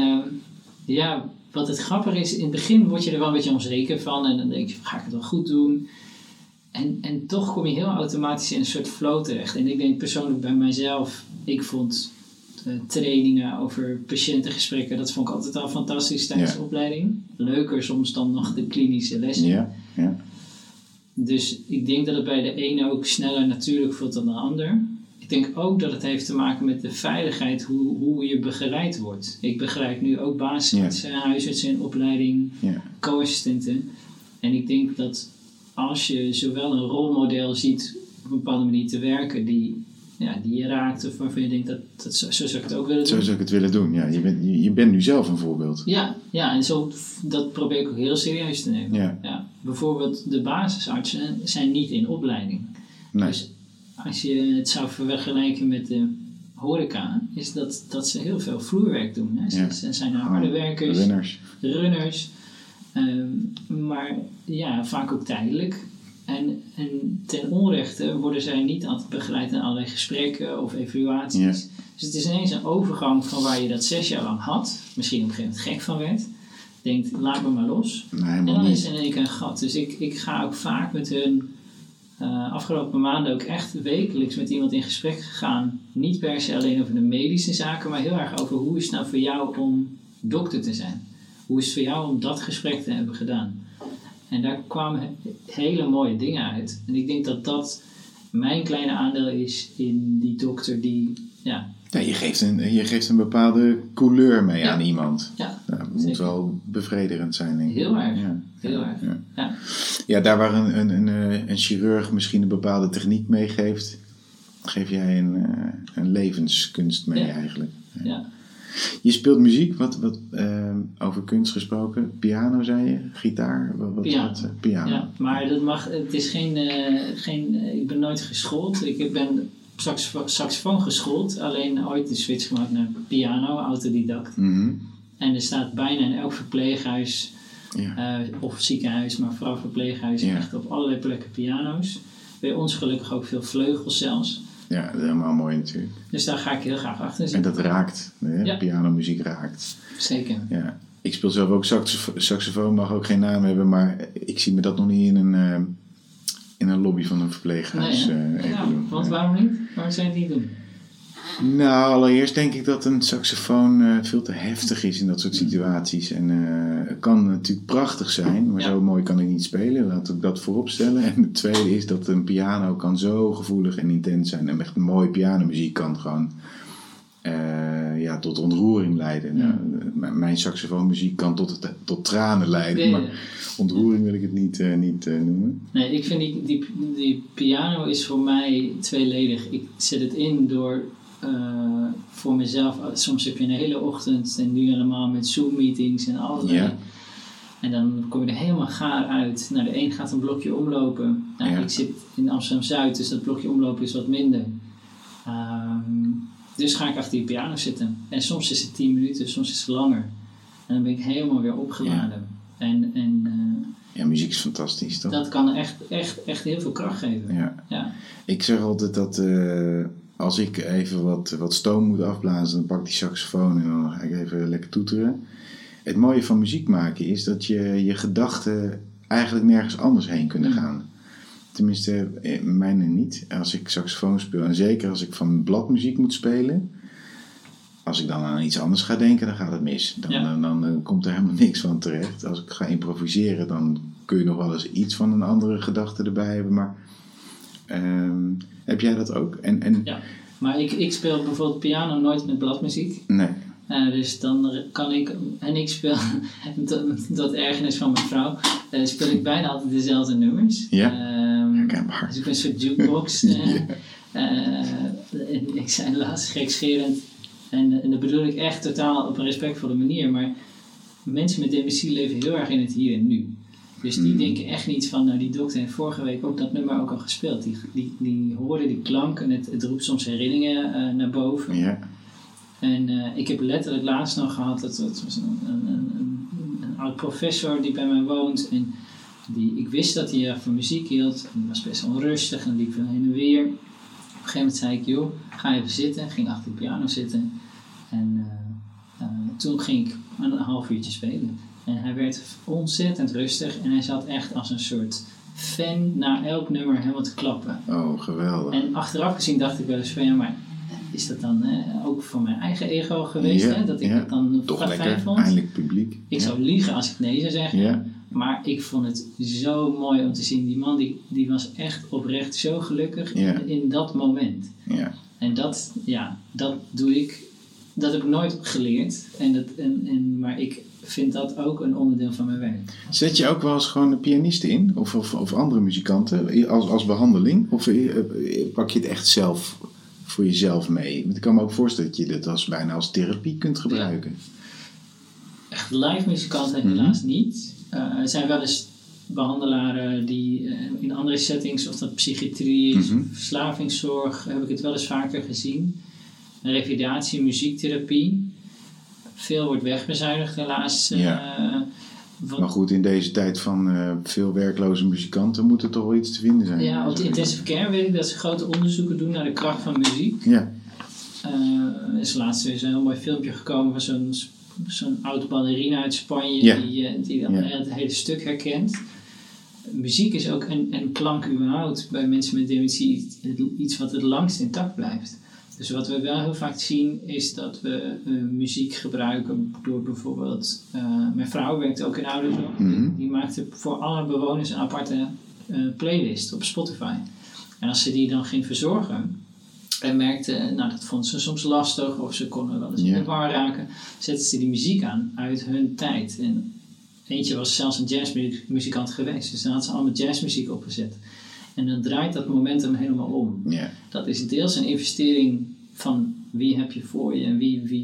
wat het grappige is, in het begin word je er wel een beetje onzeker van. En dan denk je, ga ik het wel goed doen? En toch kom je heel automatisch in een soort flow terecht. En ik denk persoonlijk bij mijzelf, ik vond trainingen over patiëntengesprekken, dat vond ik altijd al fantastisch tijdens de opleiding. Leuker soms dan nog de klinische lessen. Ja. Dus ik denk dat het bij de ene ook sneller natuurlijk voelt dan de ander. Ik denk ook dat het heeft te maken met de veiligheid, hoe je begeleid wordt. Ik begeleid nu ook basisartsen, huisartsen in opleiding, co-assistenten. En ik denk dat als je zowel een rolmodel ziet op een bepaalde manier te werken die je raakt of waarvan je denkt dat zo zou ik het ook willen doen. Zo zou ik het willen doen, ja. Je bent nu zelf een voorbeeld. Ja, en dat probeer ik ook heel serieus te nemen. Ja. Bijvoorbeeld de basisartsen zijn niet in opleiding. Nee. Dus als je het zou vergelijken met de horeca, is dat ze heel veel vloerwerk doen. Hè. Ze zijn harde werkers, runners. Maar vaak ook tijdelijk. En ten onrechte worden zij niet altijd begeleid in allerlei gesprekken of evaluaties. Ja. Dus het is ineens een overgang van waar je dat 6 jaar lang had. Misschien op een gegeven moment gek van werd. Denkt, laat me maar los. Nee, en dan is er in één keer een gat. Dus ik ga ook vaak met hun afgelopen maanden ook echt wekelijks met iemand in gesprek gegaan. Niet per se alleen over de medische zaken, maar heel erg over hoe is het nou voor jou om dokter te zijn. Hoe is het voor jou om dat gesprek te hebben gedaan? En daar kwamen hele mooie dingen uit. En ik denk dat mijn kleine aandeel is in die dokter die... Ja, je geeft een bepaalde couleur mee aan iemand. Ja, dat moet wel bevredigend zijn, denk ik. Heel erg. Heel erg. Ja, daar waar een chirurg misschien een bepaalde techniek meegeeft, geef jij een levenskunst mee eigenlijk. Ja. Je speelt muziek, wat over kunst gesproken. Piano, zei je? Gitaar? Piano. Ja, maar het is geen ik ben nooit geschoold. Ik ben saxofoon geschoold. Alleen ooit de switch gemaakt naar piano, autodidact. Mm-hmm. En er staat bijna in elk verpleeghuis of ziekenhuis, maar vooral verpleeghuis echt op allerlei plekken piano's. Bij ons gelukkig ook veel vleugels zelfs. Ja, dat is helemaal mooi natuurlijk. Dus daar ga ik heel graag achter zitten. En dat raakt. Pianomuziek raakt. Zeker. Ja. Ik speel zelf ook saxofoon, mag ook geen naam hebben, maar ik zie me dat nog niet in een lobby van een verpleeghuis even doen. Want waarom niet? Waarom zou je het niet doen? Nou, allereerst denk ik dat een saxofoon veel te heftig is in dat soort situaties. En het kan natuurlijk prachtig zijn, maar zo mooi kan ik niet spelen. Laat ik dat voorop stellen. En het tweede is dat een piano kan zo gevoelig en intens zijn. En echt een mooie pianomuziek kan gewoon tot ontroering leiden. Nou, mijn saxofoonmuziek kan tot tranen leiden, maar ontroering wil ik het niet noemen. Nee, ik vind die piano is voor mij tweeledig. Ik zet het in door voor mezelf. Soms heb je een hele ochtend en nu helemaal met Zoom-meetings en allerlei. Ja. En dan kom je er helemaal gaar uit. Nou, de een gaat een blokje omlopen. Nou, ik zit in Amsterdam-Zuid, dus dat blokje omlopen is wat minder. Dus ga ik achter die piano zitten. En soms is het 10 minuten, soms is het langer. En dan ben ik helemaal weer opgeladen. Ja, muziek is fantastisch, toch? Dat kan echt heel veel kracht geven. Ja. Ik zeg altijd dat als ik even wat stoom moet afblazen, dan pak ik die saxofoon en dan ga ik even lekker toeteren. Het mooie van muziek maken is dat je gedachten eigenlijk nergens anders heen kunnen gaan. Tenminste, mijne niet. Als ik saxofoon speel, en zeker als ik van bladmuziek moet spelen, als ik dan aan iets anders ga denken, dan gaat het mis. Dan komt er helemaal niks van terecht. Als ik ga improviseren, dan kun je nog wel eens iets van een andere gedachte erbij hebben. Maar heb jij dat ook? Ja, maar ik speel bijvoorbeeld piano nooit met bladmuziek. Nee. Dus dan kan ik, en ik speel, tot ergernis van mijn vrouw, speel ik bijna altijd dezelfde nummers. Herkenbaar. Dus ik ben een soort jukebox. Ik zei laatst gekscherend, en dat bedoel ik echt totaal op een respectvolle manier, maar mensen met dementie leven heel erg in het hier en nu. Dus die denken echt niet van, nou die dokter heeft vorige week ook dat nummer ook al gespeeld. Die horen die klank en het roept soms herinneringen naar boven. Ja. En ik heb letterlijk laatst nog gehad, dat was een oud professor die bij mij woont. En ik wist dat hij van muziek hield. En die was best wel rustig en liep heen en weer. Op een gegeven moment zei ik, joh, ga even zitten. Ging achter de piano zitten. En toen ging ik een half uurtje spelen. En hij werd ontzettend rustig. En hij zat echt als een soort fan naar elk nummer helemaal te klappen. Oh, geweldig. En achteraf gezien dacht ik wel eens van, ja, maar is dat dan ook voor mijn eigen ego geweest? Hè? Dat ik dat dan toch fijn lekker, vond? eindelijk publiek. Ik zou liegen als ik nee zou zeggen. Ja. Maar ik vond het zo mooi om te zien. Die man die was echt oprecht zo gelukkig in dat moment. Ja. En dat doe ik. Dat heb ik nooit geleerd. Maar ik vind dat ook een onderdeel van mijn werk. Zet je ook wel eens gewoon pianisten in? Of andere muzikanten als behandeling? Of pak je het echt zelf voor jezelf mee? Ik kan me ook voorstellen dat je dit bijna als therapie kunt gebruiken. Ja. Echt live muzikanten helaas niet. Er zijn wel eens behandelaren die in andere settings, of dat psychiatrie is, verslavingszorg, heb ik het wel eens vaker gezien. Revalidatie, muziektherapie. Veel wordt wegbezuinigd helaas. Maar goed, in deze tijd van veel werkloze muzikanten moet er toch wel iets te vinden zijn. Ja, op de intensive care weet ik dat ze grote onderzoeken doen naar de kracht van muziek. Ja. Er is laatst weer zo'n heel mooi filmpje gekomen van zo'n oud ballerina uit Spanje die dan het hele stuk herkent. Muziek is ook een klank überhaupt bij mensen met dementie iets wat het langst intact blijft. Dus wat we wel heel vaak zien is dat we muziek gebruiken door bijvoorbeeld... mijn vrouw werkt ook in ouderenzorg. Die maakte voor alle bewoners een aparte playlist op Spotify. En als ze die dan ging verzorgen en merkte, dat vond ze soms lastig of ze konden wel eens in de war raken, zetten ze die muziek aan uit hun tijd. En eentje was zelfs een jazzmuzikant geweest, dus dan had ze allemaal jazzmuziek opgezet. En dan draait dat momentum helemaal om. Yeah. Dat is deels een investering van wie heb je voor je en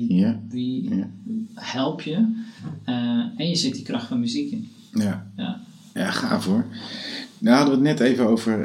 wie help je. En je zet die kracht van muziek in. Ja, gaaf hoor. Nou hadden we het net even over...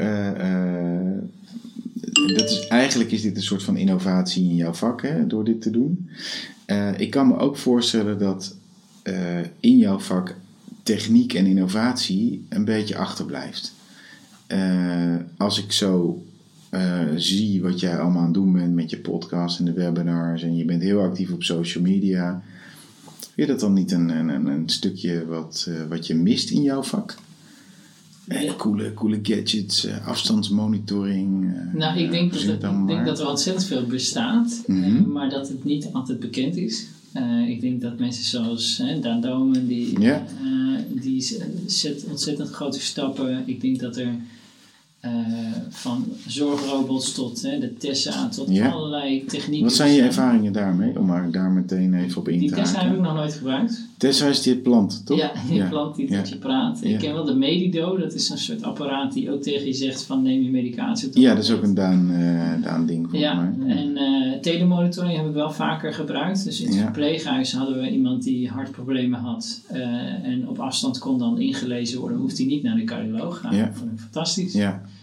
eigenlijk is dit een soort van innovatie in jouw vak, hè, door dit te doen. Ik kan me ook voorstellen dat in jouw vak techniek en innovatie een beetje achterblijft. Als ik zo zie wat jij allemaal aan het doen bent met je podcast en de webinars en je bent heel actief op social media, vind je dat dan niet een stukje wat je mist in jouw vak? Coole gadgets, afstandsmonitoring. Ik denk dat er ontzettend veel bestaat, maar dat het niet altijd bekend is. Ik denk dat mensen zoals Daan Domen, die zet ontzettend grote stappen. Ik denk dat er van zorgrobots tot de Tessa, tot allerlei technieken. Wat zijn je ervaringen daarmee? Om maar daar meteen even op in te haken. Die Tessa heb ik nog nooit gebruikt. Tessa is die plant, toch? Ja, die plant die tot je praat. Ik ken wel de Medido, dat is een soort apparaat die ook tegen je zegt van neem je medicatie. Ja, dat is ook een Daan ding voor mij. En telemonitoring heb ik wel vaker gebruikt. Dus in het verpleeghuis hadden we iemand die hartproblemen had. En op afstand kon dan ingelezen worden. Hoeft hij niet naar de cardioloog gaan. Dat vond ik fantastisch. Ja.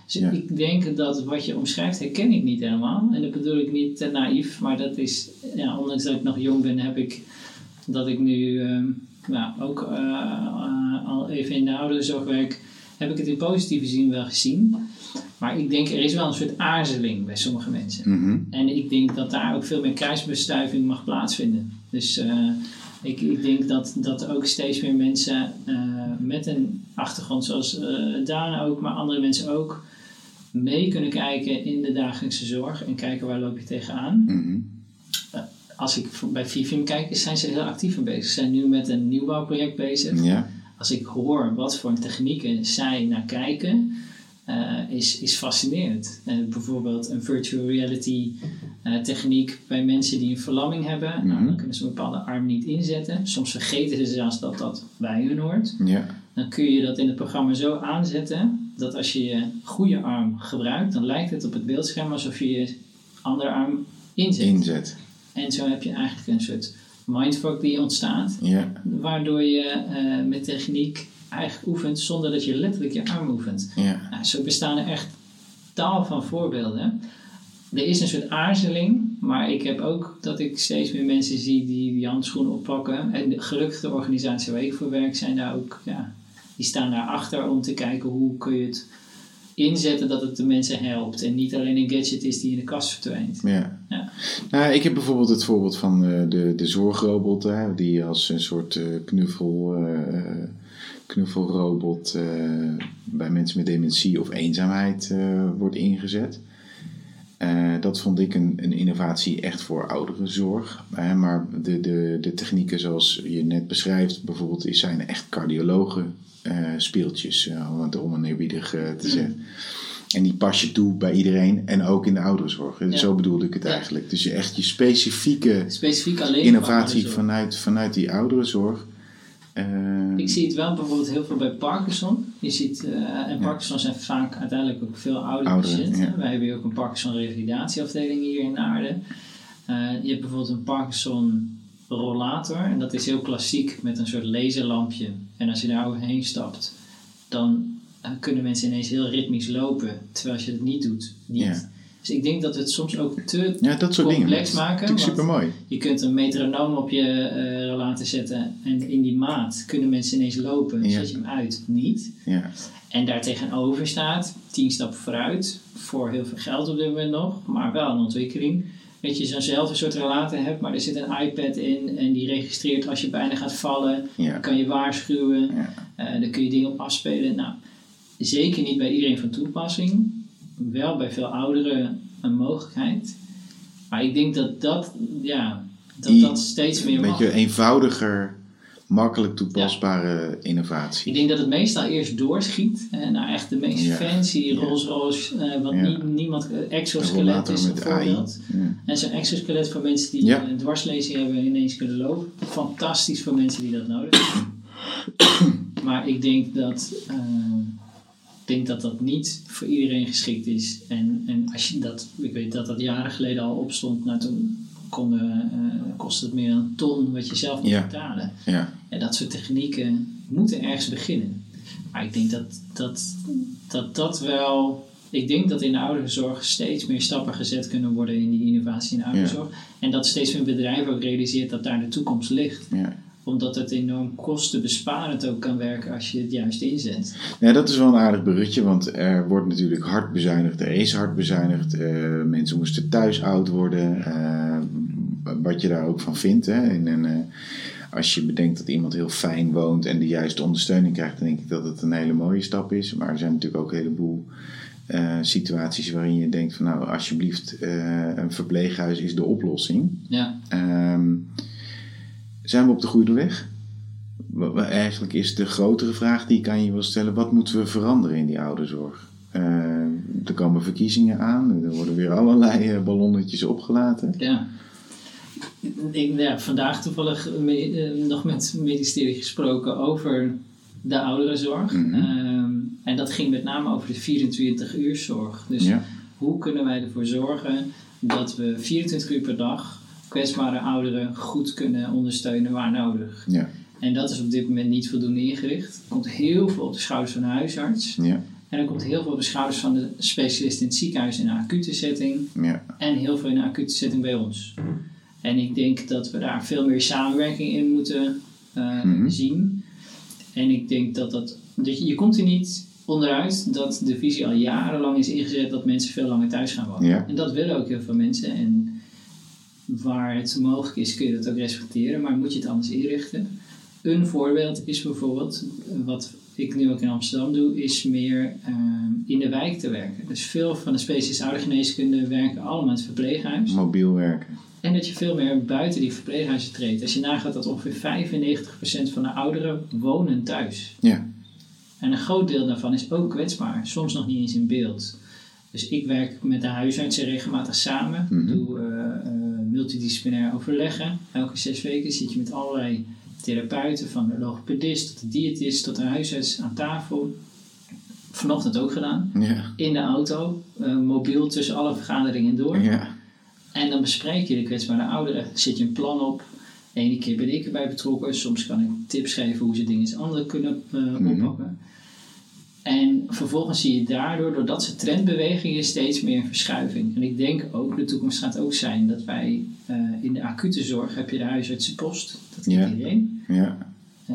Dus ik denk dat wat je omschrijft herken ik niet helemaal. En dat bedoel ik niet te naïef, maar dat is, ondanks dat ik nog jong ben, heb ik dat ik nu ook al even in de ouderenzorg werk, heb ik het in positieve zin wel gezien. Maar ik denk, er is wel een soort aarzeling bij sommige mensen. Mm-hmm. En ik denk dat daar ook veel meer kruisbestuiving mag plaatsvinden. Dus ik denk dat ook steeds meer mensen met een achtergrond zoals Daan ook, maar andere mensen ook, mee kunnen kijken in de dagelijkse zorg en kijken waar loop je tegenaan. Mm-hmm. Als ik bij Vivium kijk, zijn ze heel actief mee bezig. Ze zijn nu met een nieuwbouwproject bezig. Ja. Als ik hoor wat voor technieken zij naar kijken, is fascinerend. Bijvoorbeeld een virtual reality techniek bij mensen die een verlamming hebben. Mm-hmm. Nou, dan kunnen ze een bepaalde arm niet inzetten. Soms vergeten ze zelfs dat dat bij hun hoort. Ja. Dan kun je dat in het programma zo aanzetten dat als je je goede arm gebruikt, dan lijkt het op het beeldscherm alsof je je andere arm inzet. En zo heb je eigenlijk een soort mindfuck die ontstaat. Ja. Waardoor je met techniek eigenlijk oefent zonder dat je letterlijk je arm oefent. Ja. Nou, zo bestaan er echt tal van voorbeelden. Er is een soort aarzeling, maar ik heb ook dat ik steeds meer mensen zie die handschoenen oppakken. En gelukkig de organisatie waar ik voor werk zijn daar ook, die staan daarachter om te kijken hoe kun je het inzetten dat het de mensen helpt. En niet alleen een gadget is die in de kast verdwijnt. Ja. Ja. Nou, ik heb bijvoorbeeld het voorbeeld van de zorgrobot, die als een soort knuffelrobot bij mensen met dementie of eenzaamheid wordt ingezet. Dat vond ik een innovatie echt voor ouderenzorg. Maar de technieken zoals je net beschrijft, bijvoorbeeld, zijn echt cardiologen speeltjes, om een eerbiedig te zeggen. En die pas je toe bij iedereen en ook in de ouderenzorg. Ja. Zo bedoelde ik het eigenlijk. Dus echt je specifieke alleen innovatie vanuit die ouderenzorg. Ik zie het wel bijvoorbeeld heel veel bij Parkinson. Je ziet, en Parkinson zijn vaak uiteindelijk ook veel oudere patiënten. Ja. Wij hebben hier ook een Parkinson revalidatieafdeling hier in Naarden. Je hebt bijvoorbeeld een Parkinson rollator. En dat is heel klassiek met een soort laserlampje. En als je daar overheen stapt, dan kunnen mensen ineens heel ritmisch lopen. Terwijl als je het niet doet, niet. Ja. Dus ik denk dat we het soms ook te complex maken. Dat is super mooi. Je kunt een metronoom op je rollator zetten en in die maat kunnen mensen ineens lopen. Zet je hem uit, niet. Ja. En daartegenover staat 10 stappen vooruit. Voor heel veel geld op dit moment nog, maar wel een ontwikkeling. Dat je zo'nzelfde soort rollator hebt, maar er zit een iPad in en die registreert als je bijna gaat vallen. Ja. Dan kan je waarschuwen. Ja. Dan kun je dingen op afspelen. Nou, zeker niet bij iedereen van toepassing. Wel bij veel ouderen een mogelijkheid. Maar ik denk dat steeds meer mag. Een beetje eenvoudiger, makkelijk toepasbare innovatie. Ik denk dat het meestal eerst doorschiet. Nou echt de meest fancy Rolls Royce, wat niemand exoskelet is bijvoorbeeld. En zo'n exoskelet voor mensen die een dwarslezing hebben ineens kunnen lopen. Fantastisch voor mensen die dat nodig hebben. Maar ik denk dat niet voor iedereen geschikt is. En als je ik weet dat jaren geleden al opstond. Nou, toen kostte het meer dan een ton wat je zelf moet betalen. Ja. En dat soort technieken moeten ergens beginnen. Maar ik denk dat wel. Ik denk dat in de ouderenzorg steeds meer stappen gezet kunnen worden in die innovatie in de ouderenzorg. Ja. En dat steeds meer bedrijven ook realiseert dat daar de toekomst ligt. Ja. Omdat het enorm kostenbesparend ook kan werken als je het juist inzet. Ja, dat is wel een aardig bruggetje, want er wordt natuurlijk hard bezuinigd. Er is hard bezuinigd. Mensen moesten thuis oud worden. Wat je daar ook van vindt. Hè. Als je bedenkt dat iemand heel fijn woont en de juiste ondersteuning krijgt, dan denk ik dat het een hele mooie stap is. Maar er zijn natuurlijk ook een heleboel situaties waarin je denkt van nou, alsjeblieft, een verpleeghuis is de oplossing. Ja. Zijn we op de goede weg? Eigenlijk is de grotere vraag die ik aan je wil stellen, wat moeten we veranderen in die ouderenzorg? Er komen verkiezingen aan, er worden weer allerlei ballonnetjes opgelaten. Ja. Ik heb vandaag toevallig nog met het ministerie gesproken over de ouderenzorg. Mm-hmm. En dat ging met name over de 24-uurzorg. Dus hoe kunnen wij ervoor zorgen dat we 24 uur per dag kwetsbare ouderen goed kunnen ondersteunen waar nodig. Ja. En dat is op dit moment niet voldoende ingericht. Er komt heel veel op de schouders van de huisarts. Ja. En dan komt heel veel op de schouders van de specialist in het ziekenhuis in een acute setting. Ja. En heel veel in een acute setting bij ons. En ik denk dat we daar veel meer samenwerking in moeten zien. En ik denk dat je komt er niet onderuit dat de visie al jarenlang is ingezet dat mensen veel langer thuis gaan wonen. Ja. En dat willen ook heel veel mensen. En waar het mogelijk is kun je dat ook respecteren, maar moet je het anders inrichten. Een voorbeeld is bijvoorbeeld, wat ik nu ook in Amsterdam doe, is meer in de wijk te werken. Dus veel van de specialisten oudergeneeskunde werken allemaal in het verpleeghuis. Mobiel werken. En dat je veel meer buiten die verpleeghuizen treedt. Als je nagaat dat ongeveer 95% van de ouderen wonen thuis. Ja. En een groot deel daarvan is ook kwetsbaar. Soms nog niet eens in beeld. Dus ik werk met de huisartsen regelmatig samen. Doe multidisciplinair overleggen. Elke 6 weken zit je met allerlei therapeuten. Van de logopedist tot de diëtist tot de huisarts aan tafel. Vanochtend ook gedaan. Ja. In de auto. Mobiel tussen alle vergaderingen door. Ja. En dan bespreek je de kwetsbare ouderen. Zet je een plan op. De ene keer ben ik erbij betrokken. Soms kan ik tips geven hoe ze dingen eens anders kunnen oppakken. En vervolgens zie je daardoor, doordat ze trendbewegingen, steeds meer verschuiving. En ik denk ook, de toekomst gaat ook zijn dat wij in de acute zorg heb je de huisartsenpost. Dat kent iedereen. Ja.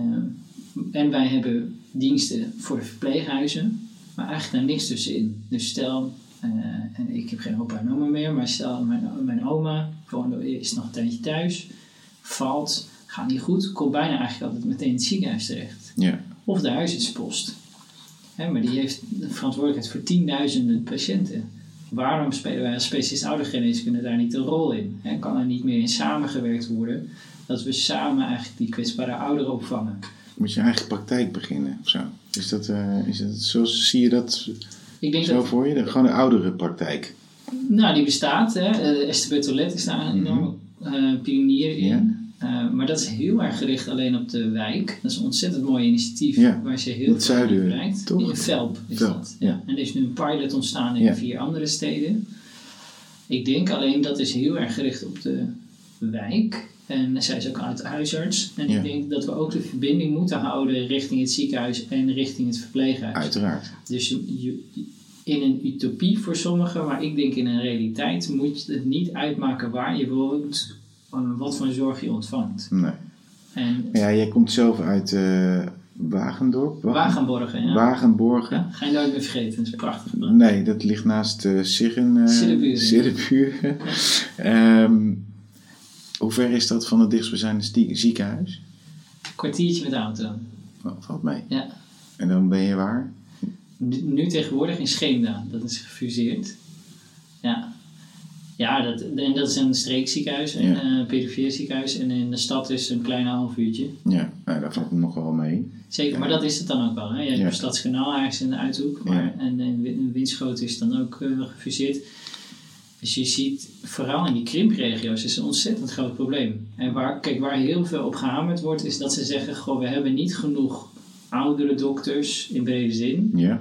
En wij hebben diensten voor de verpleeghuizen. Maar eigenlijk daar niks tussenin. Dus stel, en ik heb geen opa en oma meer, maar stel mijn oma is nog een tijdje thuis. Valt, gaat niet goed, komt bijna eigenlijk altijd meteen in het ziekenhuis terecht. Ja. Of de huisartsenpost. Maar die heeft de verantwoordelijkheid voor tienduizenden patiënten. Waarom spelen wij als specialist oudergeneeskunde daar niet een rol in? Kan er niet meer in samengewerkt worden dat we samen eigenlijk die kwetsbare ouderen opvangen? Moet je eigen praktijk beginnen of zo? Is dat zo, zie je dat Ik denk zo voor je? Gewoon een oudere praktijk. Nou, die bestaat. Esther Bertolet is daar een enorme pionier in. Ja. Maar dat is heel erg gericht alleen op de wijk. Dat is een ontzettend mooi initiatief waar ze heel veel aan bereikt. In Velp is dat. Ja. En er is nu een pilot ontstaan in 4 andere steden. Ik denk alleen dat is heel erg gericht op de wijk. En zij is ook uit huisarts. En ik denk dat we ook de verbinding moeten houden richting het ziekenhuis en richting het verpleeghuis. Uiteraard. Dus in een utopie voor sommigen, maar ik denk in een realiteit moet je het niet uitmaken waar je woont, wat voor zorg je ontvangt. Nee. En jij komt zelf uit Wagendorp? Wagenborgen, ja. Wagenborgen. Ja, ga je nooit meer vergeten, dat is prachtig. Nee, dat ligt naast Siddeburen. Hoe ver is dat van het dichtstbijzijnde ziekenhuis? Een kwartiertje met de auto. Oh, valt mee. Ja. En dan ben je waar? Nu tegenwoordig in Scheemda, dat is gefuseerd. Ja. Ja, dat is een streekziekenhuis, een perifeer ziekenhuis. En in de stad is een klein half uurtje. Ja, daar valt het nog wel mee. Zeker, maar dat is het dan ook wel. Hè? Je hebt een Stadskanaal ergens in de Uithoek. Maar, en in Winschoten is dan ook gefuseerd. Dus je ziet, vooral in die krimpregio's is een ontzettend groot probleem. En waar heel veel op gehamerd wordt, is dat ze zeggen, goh, we hebben niet genoeg oudere dokters in brede zin. Ja.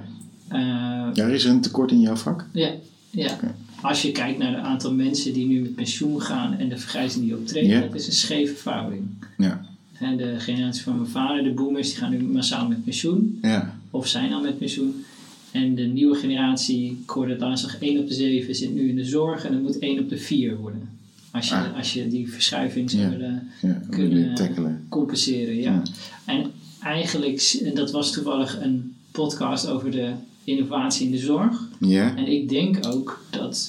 Er is een tekort in jouw vak? Ja. Okay. Als je kijkt naar het aantal mensen die nu met pensioen gaan en de vergrijzing die optreden, dat is een scheve verhouding. Ja. En de generatie van mijn vader, de boomers, die gaan nu massaal met pensioen. Ja. Of zijn al met pensioen. En de nieuwe generatie, ik hoorde het laatst nog, 1 op de 7 zit nu in de zorg en het moet 1 op de 4 worden. Als je die verschuiving zou willen kunnen compenseren. Ja. En eigenlijk, dat was toevallig een podcast over de innovatie in de zorg. Ja. En ik denk ook dat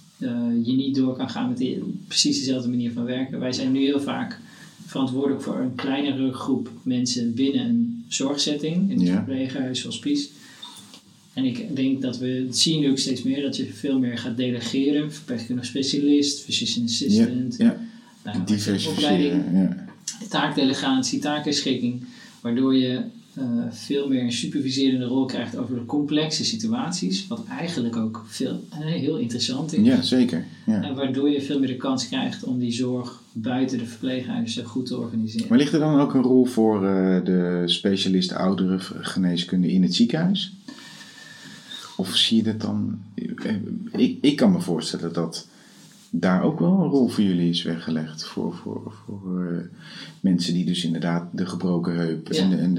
je niet door kan gaan met precies dezelfde manier van werken. Wij zijn nu heel vaak verantwoordelijk voor een kleinere groep mensen binnen een zorgsetting. In het verpleeghuis, hospice. En ik denk dat we het zien nu ook steeds meer, dat je veel meer gaat delegeren. Verpleegkundig specialist, physician assistant. Diversificering. Taakdelegatie, taakherschikking. Waardoor je veel meer een superviserende rol krijgt over de complexe situaties. Wat eigenlijk ook heel interessant is. Ja, zeker. Ja. En waardoor je veel meer de kans krijgt om die zorg buiten de verpleeghuizen goed te organiseren. Maar ligt er dan ook een rol voor de specialist ouderengeneeskunde in het ziekenhuis? Of zie je dat dan... Ik kan me voorstellen dat daar ook wel een rol voor jullie is weggelegd. Voor mensen die dus inderdaad de gebroken heup en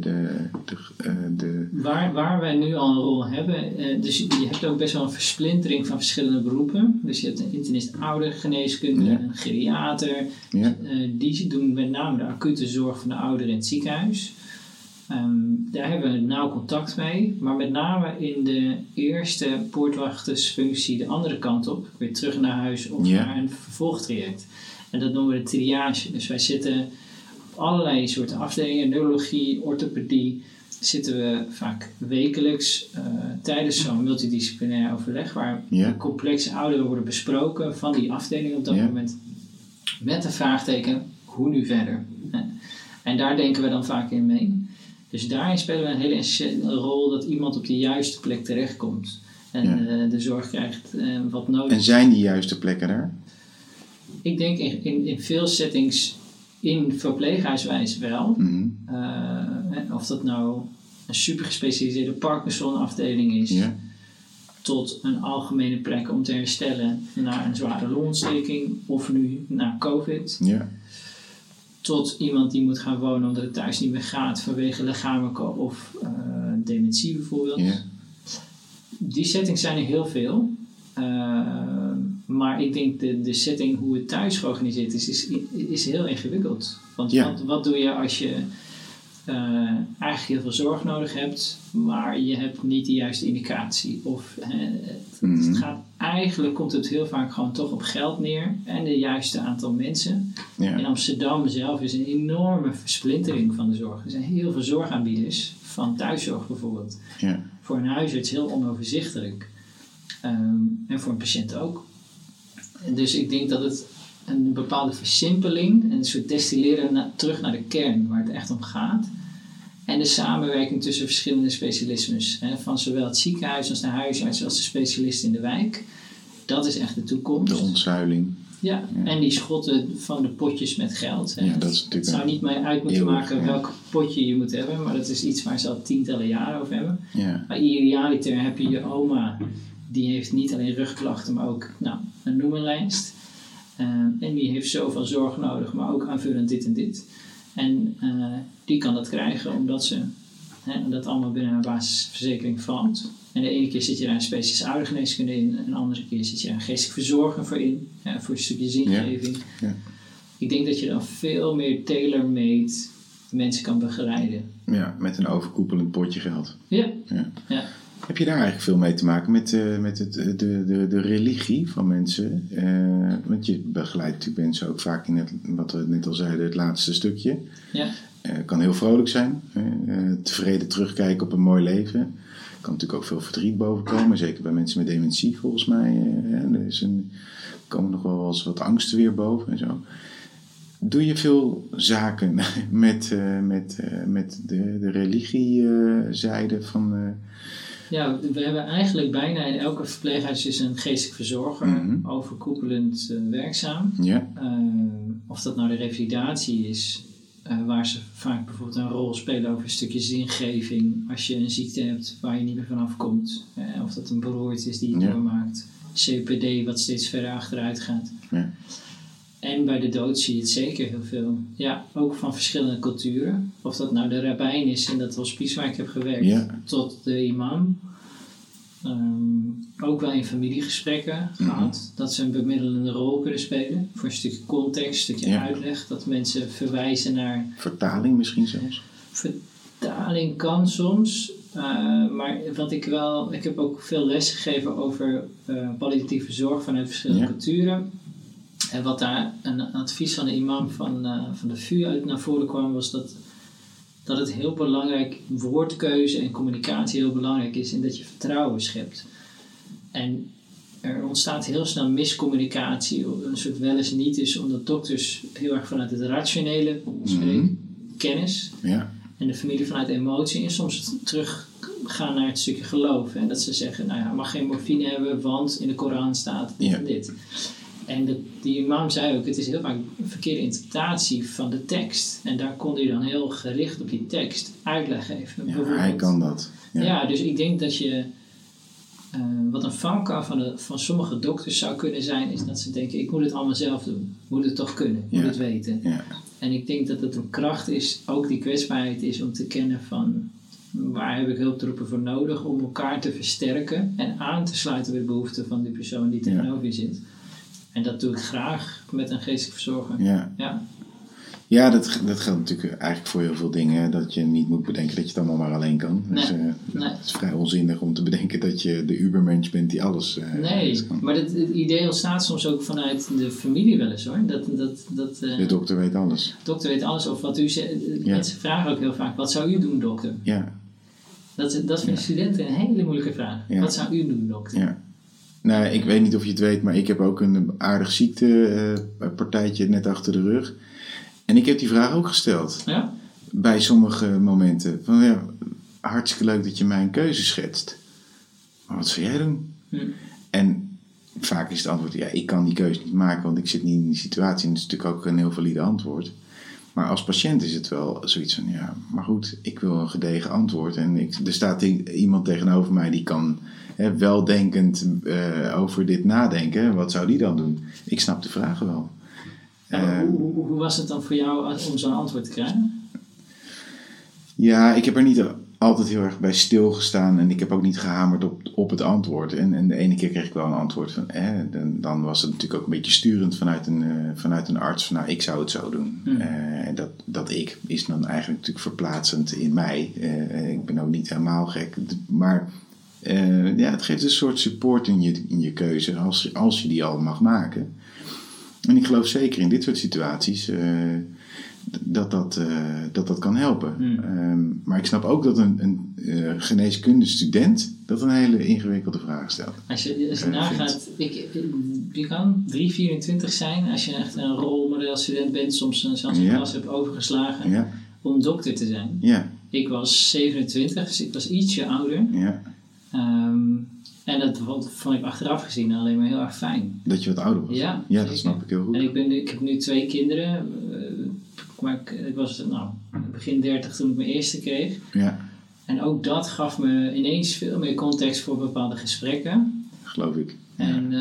de Waar wij nu al een rol hebben, dus je hebt ook best wel een versplintering van verschillende beroepen. Dus je hebt een internist oudergeneeskunde, een geriater. Ja. Die doen met name de acute zorg van de ouderen in het ziekenhuis. Daar hebben we nauw contact mee, maar met name in de eerste poortwachtersfunctie de andere kant op, weer terug naar huis of naar een vervolgtraject. En dat noemen we de triage. Dus wij zitten op allerlei soorten afdelingen, neurologie, orthopedie, zitten we vaak wekelijks tijdens zo'n multidisciplinair overleg waar de complexe ouderen worden besproken van die afdeling op dat moment met een vraagteken, hoe nu verder? En daar denken we dan vaak in mee. Dus daarin spelen we een hele essentiële rol dat iemand op de juiste plek terechtkomt. En de zorg krijgt wat nodig. En zijn die juiste plekken daar? Ik denk in veel settings in verpleeghuiswijze wel. Mm-hmm. Of dat nou een super gespecialiseerde Parkinson afdeling is. Ja. Tot een algemene plek om te herstellen na een zware longontsteking. Of nu na COVID. Ja. Tot iemand die moet gaan wonen omdat het thuis niet meer gaat vanwege lichamelijke of dementie bijvoorbeeld. Ja. Die settings zijn er heel veel. Maar ik denk de setting hoe het thuis georganiseerd is heel ingewikkeld. Want wat doe je als je eigenlijk heel veel zorg nodig hebt, maar je hebt niet de juiste indicatie? Of het gaat, eigenlijk komt het heel vaak gewoon toch op geld neer en de juiste aantal mensen. Ja. In Amsterdam zelf is een enorme versplintering van de zorg. Er zijn heel veel zorgaanbieders, van thuiszorg bijvoorbeeld. Ja. Voor een huisarts heel onoverzichtelijk. En voor een patiënt ook. Dus ik denk dat het een bepaalde versimpeling en een soort destilleren terug naar de kern waar het echt om gaat. En de samenwerking tussen verschillende specialismes. Van zowel het ziekenhuis als de huisarts als de specialist in de wijk. Dat is echt de toekomst. De ontzuiling. Ja, en die schotten van de potjes met geld. Ja, dat is natuurlijk het zou niet meer uit moeten maken welk potje je moet hebben. Maar dat is iets waar ze al tientallen jaren over hebben. Ja. Maar idealiter heb je je oma. Die heeft niet alleen rugklachten, maar ook een noemenlijst. En die heeft zoveel zorg nodig, maar ook aanvullend dit en dit. En die kan dat krijgen omdat ze dat allemaal binnen haar basisverzekering valt. En de ene keer zit je daar een specialistische oudergeneeskunde in. En de andere keer zit je daar een geestelijk verzorger voor in. Voor een stukje zingeving. Ja. Ik denk dat je dan veel meer tailor-made mensen kan begeleiden. Ja, met een overkoepelend potje geld. Ja. Heb je daar eigenlijk veel mee te maken met de religie van mensen? Want je begeleidt natuurlijk mensen ook vaak in wat we net al zeiden, het laatste stukje. Ja. Kan heel vrolijk zijn. Tevreden terugkijken op een mooi leven. Kan natuurlijk ook veel verdriet bovenkomen. Zeker bij mensen met dementie volgens mij. Komen nog wel eens wat angsten weer boven en zo. Doe je veel zaken met de religiezijde van... Ja, we hebben eigenlijk bijna in elke verpleeghuis is een geestelijk verzorger overkoepelend werkzaam. Ja. Of dat nou de revalidatie is, waar ze vaak bijvoorbeeld een rol spelen over een stukje zingeving. Als je een ziekte hebt waar je niet meer vanaf komt. Of dat een beroerte is die je doormaakt. CPD wat steeds verder achteruit gaat. Ja. En bij de dood zie je het zeker heel veel. Ja, ook van verschillende culturen. Of dat nou de rabbijn is in dat hospice waar ik heb gewerkt, tot de imam. Ook wel in familiegesprekken gehad. Dat ze een bemiddelende rol kunnen spelen. Voor een stukje context, een stukje uitleg. Dat mensen verwijzen naar... Vertaling misschien zelfs? Vertaling kan soms. Maar wat ik heb ook veel les gegeven over palliatieve zorg vanuit verschillende culturen. En wat daar een advies van de imam van de VU uit naar voren kwam, was dat het heel belangrijk, woordkeuze en communicatie heel belangrijk is en dat je vertrouwen schept. En er ontstaat heel snel miscommunicatie, een soort wel eens niet is, omdat dokters heel erg vanuit het rationele spreken, kennis, en de familie vanuit emotie en soms teruggaan naar het stukje geloof. En dat ze zeggen, je mag geen morfine hebben, want in de Koran staat dit en dit. En die imam zei ook, het is heel vaak een verkeerde interpretatie van de tekst. En daar kon hij dan heel gericht op die tekst uitleg geven. Ja, hij kan dat. Ja, dus ik denk dat je wat een valkuil van sommige dokters zou kunnen zijn, is dat ze denken, ik moet het allemaal zelf doen. Moet het toch kunnen, moet het weten. Ja. En ik denk dat het een kracht is, ook die kwetsbaarheid is om te kennen van waar heb ik hulptroepen voor nodig om elkaar te versterken en aan te sluiten bij de behoeften van die persoon die tegenover je zit. En dat doe ik graag met een geestelijk verzorger. Ja, dat geldt natuurlijk eigenlijk voor heel veel dingen. Dat je niet moet bedenken dat je het allemaal maar alleen kan. Dus, het is vrij onzinnig om te bedenken dat je de ubermensch bent die alles kan. Maar het idee ontstaat soms ook vanuit de familie wel eens hoor. De dokter weet alles. De dokter weet alles. Of wat u zegt. Mensen vragen ook heel vaak, wat zou u doen dokter? Ja. Dat vinden studenten een hele moeilijke vraag. Ja. Wat zou u doen dokter? Ja. Nou, ik weet niet of je het weet, maar ik heb ook een aardig ziektepartijtje net achter de rug. En ik heb die vraag ook gesteld. Ja? Bij sommige momenten. Van hartstikke leuk dat je mij een keuze schetst. Maar wat zou jij doen? En vaak is het antwoord, ik kan die keuze niet maken, want ik zit niet in die situatie. En dat is natuurlijk ook een heel valide antwoord. Maar als patiënt is het wel zoiets van, maar goed, ik wil een gedegen antwoord. En er staat iemand tegenover mij die kan weldenkend over dit nadenken. Wat zou die dan doen? Ik snap de vragen wel. Hoe was het dan voor jou om zo'n antwoord te krijgen? Ja, ik heb er niet altijd heel erg bij stilgestaan en ik heb ook niet gehamerd op het antwoord. En de ene keer kreeg ik wel een antwoord van, dan was het natuurlijk ook een beetje sturend vanuit een arts van, ik zou het zo doen. En dat ik is dan eigenlijk natuurlijk verplaatsend in mij. Ik ben ook niet helemaal gek, maar het geeft een soort support in je keuze als je die al mag maken. En ik geloof zeker in dit soort situaties dat kan helpen. Maar ik snap ook dat een geneeskundestudent dat een hele ingewikkelde vraag stelt. Als je nagaat, je kan 3-24 zijn als je echt een rolmodelstudent bent, soms zelfs een klas hebt overgeslagen, om dokter te zijn. Ja. Ik was 27, dus ik was ietsje ouder. Ja. En dat vond ik achteraf gezien alleen maar heel erg fijn. Dat je wat ouder was? Ja, dat snap ik heel goed. En ik heb nu 2 kinderen. Maar ik was begin 30 toen ik mijn eerste kreeg. Ja. En ook dat gaf me ineens veel meer context voor bepaalde gesprekken. Geloof ik. En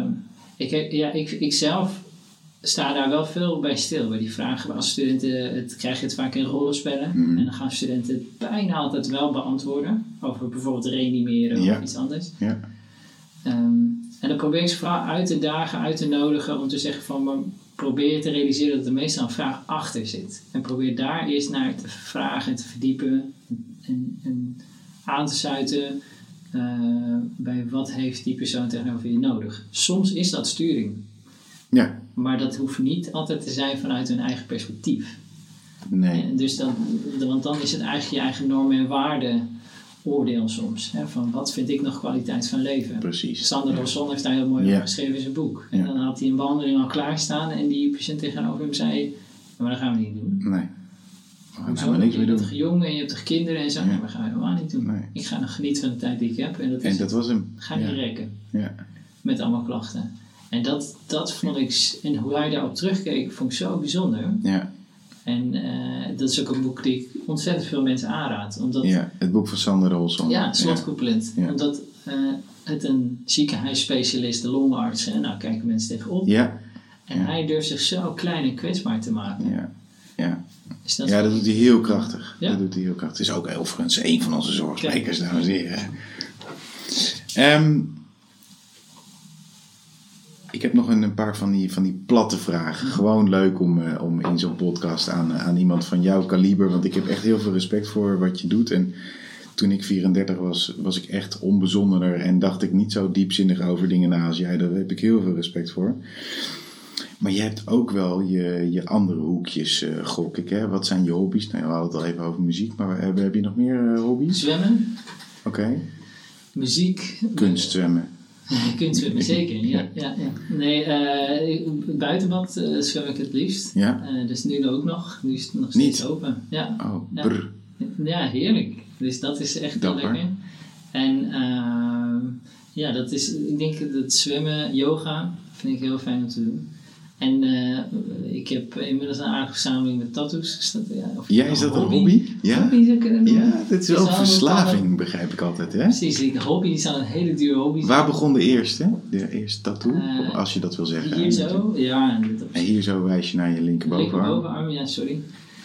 ik zelf sta daar wel veel bij stil. Bij die vragen als studenten, krijg je het vaak in rollenspellen. En dan gaan studenten het bijna altijd wel beantwoorden. Over bijvoorbeeld reanimeren of iets anders. Ja. En dan probeer ik ze vooral uit te dagen, uit te nodigen om te zeggen van, maar probeer te realiseren dat er meestal een vraag achter zit. En probeer daar eerst naar te vragen en te verdiepen en aan te sluiten bij wat heeft die persoon tegenover je nodig. Soms is dat sturing. Ja. Maar dat hoeft niet altijd te zijn vanuit hun eigen perspectief. Nee. Dus want dan is het eigenlijk je eigen normen en waarden oordeel soms. Hè, van wat vind ik nog kwaliteit van leven? Precies. Sander Rosson heeft daar heel mooi over geschreven in zijn boek. En dan had hij een behandeling al klaarstaan en die patiënt tegenover hem zei, maar dat gaan we niet doen. Nee. We gaan niks meer doen. Je bent jong en je hebt toch kinderen en zo. Nee, dat gaan we helemaal niet doen. Nee. Ik ga nog genieten van de tijd die ik heb. En dat was hem. Ga niet rekken. Ja. Met allemaal klachten. En dat vond ik, en hoe hij daarop terugkeek, vond ik zo bijzonder. Ja. En dat is ook een boek die ik ontzettend veel mensen aanraad. Omdat, het boek van Sander Rosson. Ja, slotkoepelend. Ja. Omdat het een ziekenhuisspecialist, de longarts, kijken mensen tegenop. Ja. En hij durft zich zo klein en kwetsbaar te maken. Ja. Ja. Dus dat doet hij heel krachtig. Ja. Dat doet hij heel krachtig. Het is ook overigens een van onze zorgsprekers, dames en heren. Ik heb nog een paar van die platte vragen. Gewoon leuk om in zo'n podcast aan iemand van jouw kaliber. Want ik heb echt heel veel respect voor wat je doet. En toen ik 34 was ik echt onbezonderder. En dacht ik niet zo diepzinnig over dingen na als jij. Daar heb ik heel veel respect voor. Maar je hebt ook wel je andere hoekjes, gok ik. Hè? Wat zijn je hobby's? Nou, we hadden het al even over muziek. Maar heb je nog meer hobby's? Zwemmen. Oké. Muziek. Kunstzwemmen. Kunstzwemmen, zeker. Ja. Nee, buitenbad zwem ik het liefst. Ja. Dus nu ook nog. Nu is het nog steeds open. Ja. Oh, brr. Ja, heerlijk. Dus dat is echt wel lekker. En dat is, ik denk dat zwemmen, yoga, vind ik heel fijn om te doen. En ik heb inmiddels een aardige verzameling met tattoos. Is dat een hobby? Ja? Hobby zou kunnen noemen. Ja, dit is wel verslaving, begrijp ik altijd. Hè? Precies, een hobby is al een hele dure hobby. Waar begon de eerste? De eerste tattoo? Of als je dat wil zeggen. Hier zo, ja. En hier zo wijs je naar je linkerbovenarm. Linkerbovenarm, ja, sorry.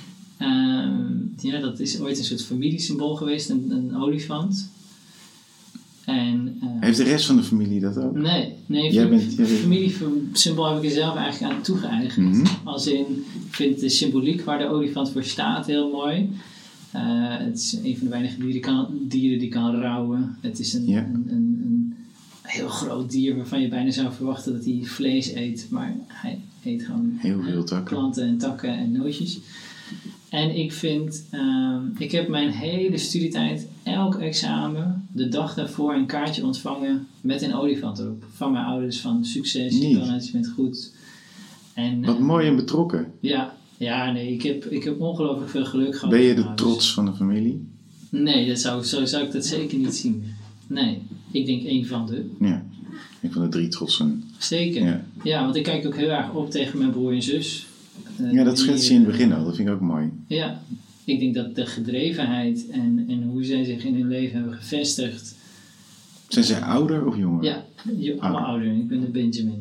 Dat is ooit een soort familiesymbool geweest, een olifant. En, heeft de rest van de familie dat ook? Nee, familiesymbool heb ik er zelf eigenlijk aan toegeëigend. Mm-hmm. Als in, ik vind de symboliek waar de olifant voor staat heel mooi. Het is een van de weinige dieren die kan rouwen. Het is een heel groot dier waarvan je bijna zou verwachten dat hij vlees eet. Maar hij eet gewoon heel veel takken. Planten en takken en nootjes. En ik vind, ik heb mijn hele studietijd, elk examen, de dag daarvoor een kaartje ontvangen met een olifant erop. Van mijn ouders, van succes, je kan het, je bent goed. En, wat mooi en betrokken. Ja, nee, ik heb ongelooflijk veel geluk gehad. Ben je de trots van de familie? Nee, zo zou ik dat zeker niet zien. Nee, ik denk één van de. Ja, een van de 3 trotsen. Zeker. Ja, want ik kijk ook heel erg op tegen mijn broer en zus. Dat schets je in het begin al, dat vind ik ook mooi. Ja, ik denk dat de gedrevenheid en hoe zij zich in hun leven hebben gevestigd. Zijn zij ouder of jonger? Ja, allemaal ouder. Ik ben de Benjamin.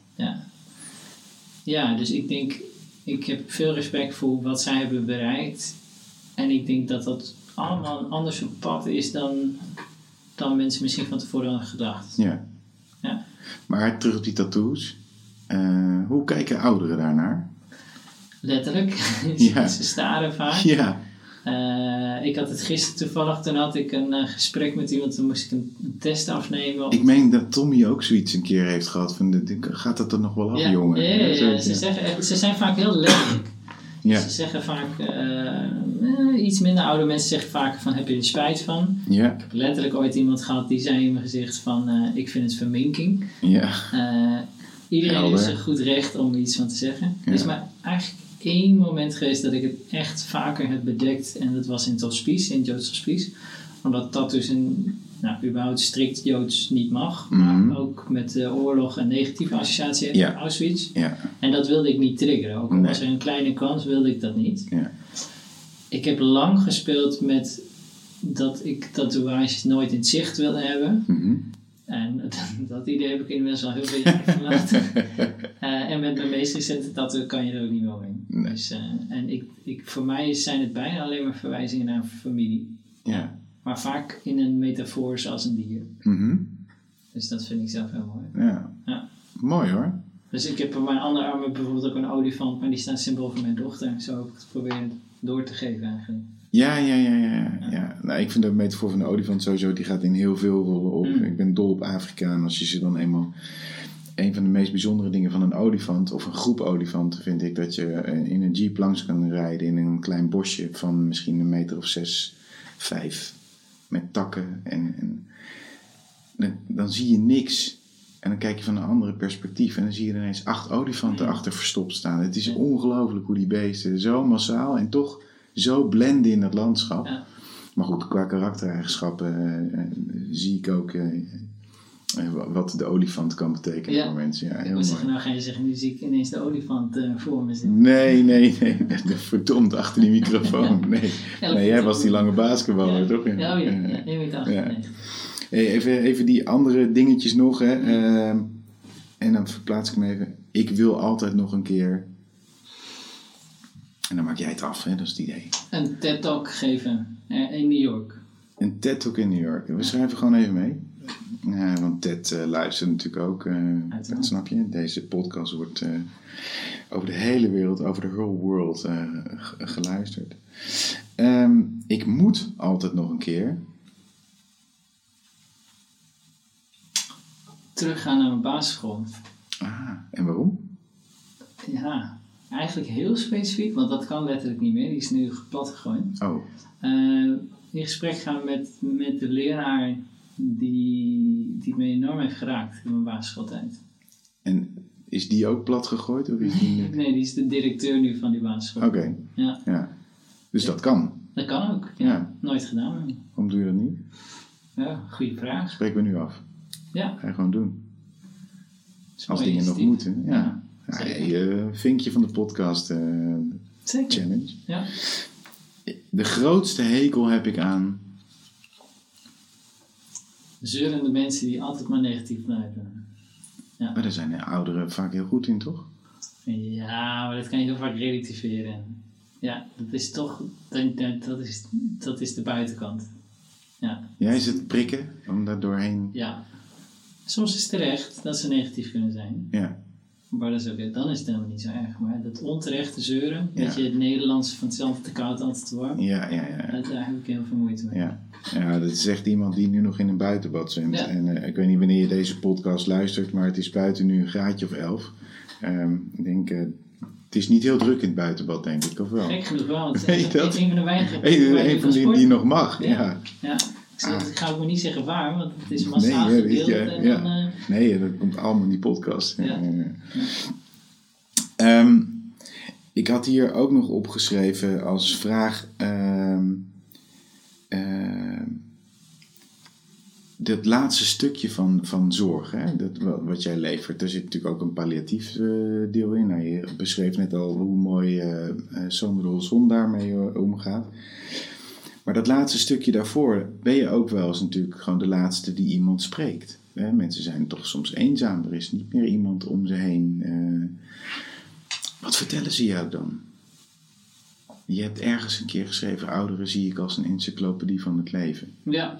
Ja, dus ik denk, ik heb veel respect voor wat zij hebben bereikt. En ik denk dat dat allemaal een ander soort pad is dan mensen misschien van tevoren hadden gedacht. Ja. Maar terug op die tattoos. Hoe kijken ouderen daarnaar? Letterlijk. Ze staren vaak. Ja. Ik had het gisteren toevallig, toen had ik een gesprek met iemand, toen moest ik een test afnemen. Ik meen dat Tommy ook zoiets een keer heeft gehad van, gaat dat er nog wel af, jongen? Ja. Ze zijn vaak heel letterlijk. Ja. Ze zeggen vaak, iets minder oude mensen zeggen vaak van, heb je er spijt van? Ja. Ik heb letterlijk ooit iemand gehad die zei in mijn gezicht van, ik vind het verminking. Ja. Iedereen heeft zijn goed recht om iets van te zeggen. Ja. Er is maar eigenlijk 1 moment geweest dat ik het echt vaker heb bedekt. En dat was in het hospice, in het Joods hospice. Omdat dat dus überhaupt strikt Joods niet mag. Mm-hmm. Maar ook met de oorlog een negatieve associatie met Auschwitz. Ja. En dat wilde ik niet triggeren. Ook al was er een kleine kans, wilde ik dat niet. Ja. Ik heb lang gespeeld met dat ik tatoeages nooit in het zicht wilde hebben. Mm-hmm. En dat idee heb ik inmiddels al heel veel jaar verlaten. En met mijn meest recente tattoo kan je er ook niet meer omheen. Nee. Dus, en voor mij zijn het bijna alleen maar verwijzingen naar familie. Ja. Maar vaak in een metafoor zoals een dier. Mm-hmm. Dus dat vind ik zelf heel mooi. Ja. Mooi hoor. Dus ik heb op mijn andere arm bijvoorbeeld ook een olifant, maar die staat symbool voor mijn dochter. Zo heb ik het proberen door te geven eigenlijk. Ja. Nou, ik vind de metafoor van de olifant sowieso, die gaat in heel veel rollen op. Ik ben dol op Afrika en als je ze dan eenmaal... Een van de meest bijzondere dingen van een olifant, of een groep olifanten, vind ik dat je in een jeep langs kan rijden in een klein bosje van misschien 1 meter of 6, 5. Met takken en dan zie je niks. En dan kijk je van een andere perspectief en dan zie je er ineens 8 olifanten achter verstopt staan. Het is ongelooflijk hoe die beesten zo massaal en toch zo blenden in het landschap. Ja. Maar goed, qua karaktereigenschappen zie ik ook wat de olifant kan betekenen voor mensen. Ja, heel mooi. Zeggen, nou ga je zeggen, nu zie ik ineens de olifant voor me zitten. Nee. Verdomd achter die microfoon. Nee, jij was die lange basketballer, toch? Ja, 1,98 meter. Even die andere dingetjes nog. Hè. En dan verplaats ik me even. Ik wil altijd nog een keer... En dan maak jij het af, hè? Dat is het idee. Een TED-talk geven in New York. Een TED-talk in New York. We schrijven gewoon even mee. Want Ted luistert natuurlijk ook. Dat snap je. Deze podcast wordt over de hele wereld, over de whole world geluisterd. Ik moet altijd nog een keer... teruggaan naar mijn basisschool. En waarom? Ja, eigenlijk heel specifiek, want dat kan letterlijk niet meer. Die is nu plat gegooid. Oh. In gesprek gaan met de leraar die me enorm heeft geraakt in mijn basisschooltijd. En is die ook plat gegooid? Of is die... Nee, die is de directeur nu van die basisschool. Oké. Ja. Dus dat kan? Dat kan ook, ja. Nooit gedaan. Waarom doe je dat niet? Ja, goede vraag. Spreken we nu af. Ja. Ga je gewoon doen. Als dingen nog moeten. Ja. Vinkje van de podcast Zeker. challenge. Ja. De grootste hekel heb ik aan... Zeurende mensen die altijd maar negatief blijven. Ja. Maar daar zijn de ouderen vaak heel goed in, toch? Ja, maar dat kan je heel vaak relativeren. Ja, dat is toch... Dat is de buitenkant. Ja. Ja, is het prikken om daar doorheen... Ja. Soms is het terecht dat ze negatief kunnen zijn. Ja. Maar dat is ook, dan is het helemaal niet zo erg. Maar dat onterechte zeuren, Ja. dat je het Nederlands van hetzelfde te koud, altijd te warm. Ja. Daar heb ik heel veel moeite mee. Ja, dat is echt iemand die nu nog in een buitenbad zwemt. Ja. En ik weet niet wanneer je deze podcast luistert, maar het is buiten nu een graadje of 11. Ik denk, het is niet heel druk in het buitenbad, denk ik, of wel? Gek genoeg wel, want Weet je dat? een van de weinigen... Een van die nog mag, ja. Ik ga ook maar niet zeggen waar, want het is massaal gedeeld. Nee, dat komt allemaal in die podcast. Ja. Ik had hier ook nog opgeschreven als vraag... dat laatste stukje van zorg, hè? Wat jij levert, daar zit natuurlijk ook een palliatief deel in. Nou, je beschreef net al hoe mooi Sander Holson daarmee omgaat. Maar dat laatste stukje daarvoor ben je ook wel eens natuurlijk gewoon de laatste die iemand spreekt. Hè? Mensen zijn toch soms eenzaam, er is niet meer iemand om ze heen. Wat vertellen ze jou dan? Je hebt ergens een keer geschreven, ouderen zie ik als een encyclopedie van het leven. Ja.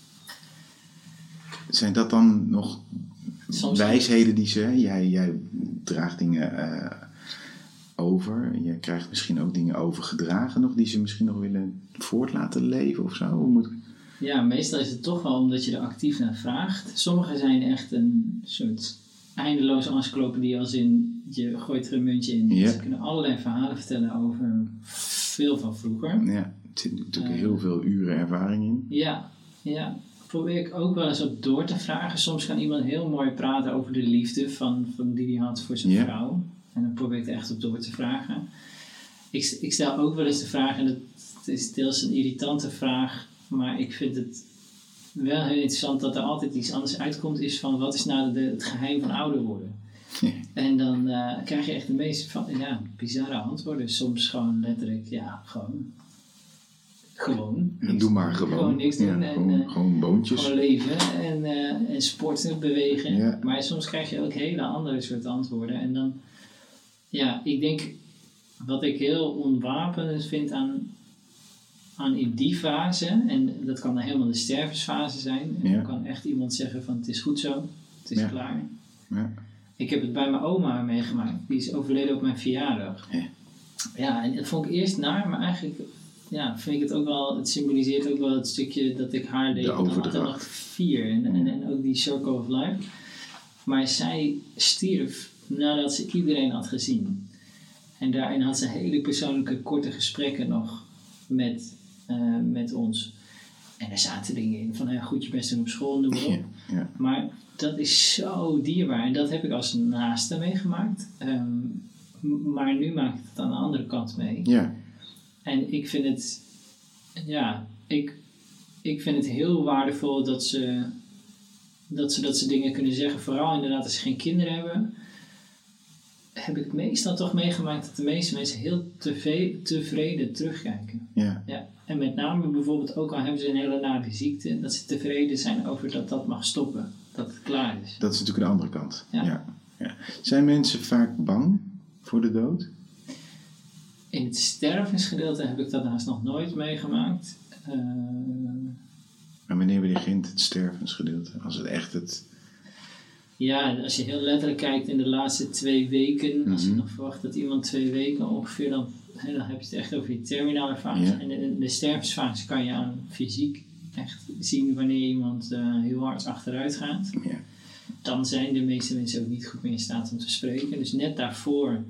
Zijn dat dan nog Soms wijsheden die ze... Jij draagt dingen over. Je krijgt misschien ook dingen overgedragen nog... die ze misschien nog willen voort laten leven of zo. Hoe moet... Ja, meestal is het toch wel omdat je er actief naar vraagt. Sommige zijn echt een soort eindeloze encyclopedie... als in, je gooit er een muntje in. Ja. Ze kunnen allerlei verhalen vertellen over veel van vroeger. Ja, er zit natuurlijk heel veel uren ervaring in. Ja. Probeer ik ook wel eens op door te vragen. Soms kan iemand heel mooi praten over de liefde van die hij had voor zijn vrouw. En dan probeer ik er echt op door te vragen. Ik stel ook wel eens de vraag, en dat is deels een irritante vraag, maar ik vind het wel heel interessant dat er altijd iets anders uitkomt, is van wat is nou het geheim van ouder worden? Ja. En dan krijg je echt de meest bizarre antwoorden. Soms gewoon letterlijk, gewoon. Doe maar gewoon. Gewoon niks doen. Gewoon boontjes. Gewoon leven en sporten, bewegen. Ja. Maar soms krijg je ook hele andere soort antwoorden. En dan, ik denk, wat ik heel onwapenend vind aan in die fase, en dat kan dan helemaal de stervensfase zijn. En dan kan echt iemand zeggen van het is goed zo, het is klaar. Ja. Ik heb het bij mijn oma meegemaakt. Die is overleden op mijn verjaardag. Ja, en dat vond ik eerst naar, maar eigenlijk vind ik het ook wel, het symboliseert ook wel het stukje dat ik haar deed. De overdracht. Dan had ik 4 en ook die circle of life. Maar zij stierf nadat ze iedereen had gezien. En daarin had ze hele persoonlijke korte gesprekken nog met ons. En daar zaten dingen in van goed je best doen op school, noem maar op. Ja. Maar dat is zo dierbaar. En dat heb ik als naaste meegemaakt. Maar nu maak ik het aan de andere kant mee. Ja. En ik vind het... Ik vind het heel waardevol dat ze dingen kunnen zeggen. Vooral inderdaad als ze geen kinderen hebben. Heb ik meestal toch meegemaakt dat de meeste mensen heel tevreden terugkijken. Ja. En met name bijvoorbeeld ook al hebben ze een hele nare ziekte. Dat ze tevreden zijn over dat mag stoppen. Dat het klaar is. Dat is natuurlijk de andere kant. Ja. Zijn mensen vaak bang voor de dood? In het stervensgedeelte heb ik dat haast nog nooit meegemaakt. Maar wanneer begint het stervensgedeelte? Als het echt het... Ja, als je heel letterlijk kijkt in de laatste 2 weken. Als je nog verwacht dat iemand 2 weken ongeveer, dan heb je het echt over die terminale fase. Ja. En in de stervensfase kan je aan fysiek echt zien wanneer iemand heel hard achteruit gaat. Ja. Dan zijn de meeste mensen ook niet goed meer in staat om te spreken. Dus net daarvoor...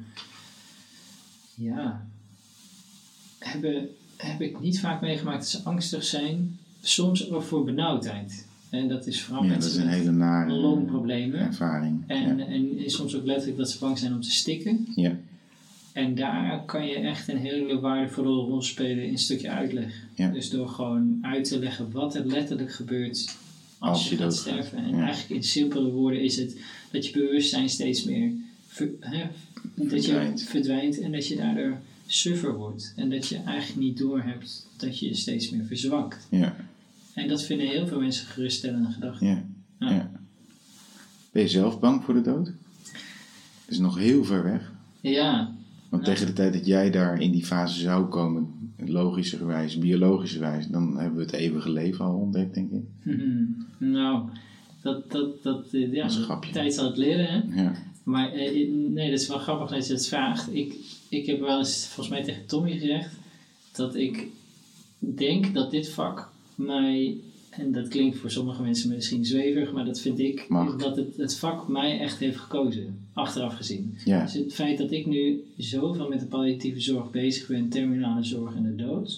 heb ik niet vaak meegemaakt dat ze angstig zijn. Soms ook voor benauwdheid. En dat is vooral dat is een hele nare longproblemen. ervaring. En soms ook letterlijk dat ze bang zijn om te stikken. Ja. En daar kan je echt een hele waardevolle rol spelen in een stukje uitleg. Ja. Dus door gewoon uit te leggen wat er letterlijk gebeurt als je gaat sterven. En eigenlijk in simpele woorden is het dat je bewustzijn steeds meer verdwijnt en dat je daardoor suffer wordt. En dat je eigenlijk niet doorhebt dat je steeds meer verzwakt. Ja. En dat vinden heel veel mensen geruststellende gedachten. Ja. Ben je zelf bang voor de dood? Het is nog heel ver weg. Ja. Want tegen de tijd dat jij daar in die fase zou komen, logischerwijs, biologischerwijs, dan hebben we het eeuwige leven al ontdekt, denk ik. Nou, dat is een grapje. Tijd zal het leren, hè? Ja. Maar nee, dat is wel grappig dat je het vraagt. Ik heb wel eens volgens mij tegen Tommy gezegd dat ik denk dat dit vak mij, en dat klinkt voor sommige mensen misschien zweverig, maar dat vind ik, dat het vak mij echt heeft gekozen, achteraf gezien. Ja. Dus het feit dat ik nu zoveel met de palliatieve zorg bezig ben, terminale zorg en de dood,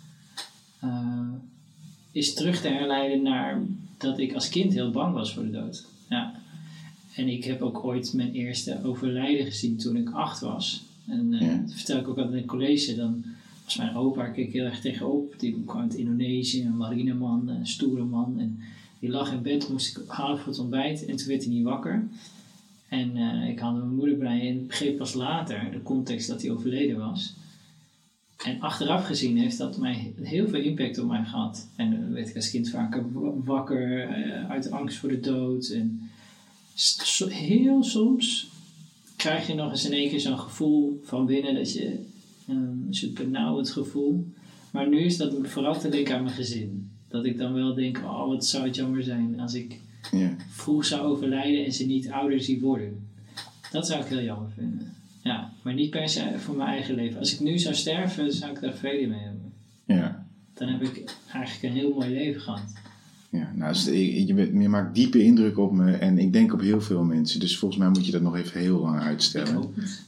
is terug te herleiden naar dat ik als kind heel bang was voor de dood. Ja. En ik heb ook ooit mijn eerste overlijden gezien toen ik 8 was. En dat vertel ik ook altijd in het college. Dan was mijn opa, keek heel erg tegenop. Die kwam uit Indonesië, een marineman, een stoere man. En die lag in bed, moest ik halen voor het ontbijt. En toen werd hij niet wakker. En ik haalde mijn moeder bij en begreep pas later de context dat hij overleden was. En achteraf gezien heeft dat mij heel veel impact op mij gehad. En dan werd ik als kind vaker wakker uit angst voor de dood. En heel soms krijg je nog eens in één keer zo'n gevoel van binnen dat je een soort benauwend gevoel. Maar nu is dat vooral te denken aan mijn gezin. Dat ik dan wel denk, oh wat zou het jammer zijn als ik vroeg zou overlijden en ze niet ouder zie worden. Dat zou ik heel jammer vinden. Ja, maar niet per se voor mijn eigen leven. Als ik nu zou sterven, zou ik daar vrede mee hebben. Ja. Dan heb ik eigenlijk een heel mooi leven gehad. Ja, nou, je maakt diepe indruk op me en ik denk op heel veel mensen. Dus volgens mij moet je dat nog even heel lang uitstellen. Ik hoop het.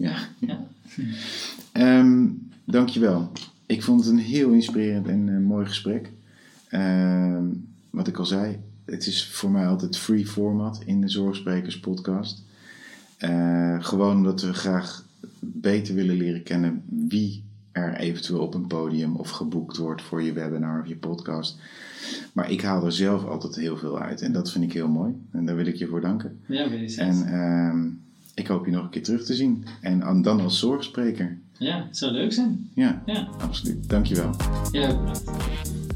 Ja. Dankjewel. Ik vond het een heel inspirerend en mooi gesprek. Wat ik al zei, het is voor mij altijd free format in de Zorgsprekers podcast. Gewoon omdat we graag beter willen leren kennen wie er eventueel op een podium of geboekt wordt voor je webinar of je podcast. Maar ik haal er zelf altijd heel veel uit en dat vind ik heel mooi. En daar wil ik je voor danken. Ja, wees. En ik hoop je nog een keer terug te zien. En dan als zorgspreker. Ja, het zou leuk zijn. Ja, absoluut. Dankjewel. Ja, bedankt.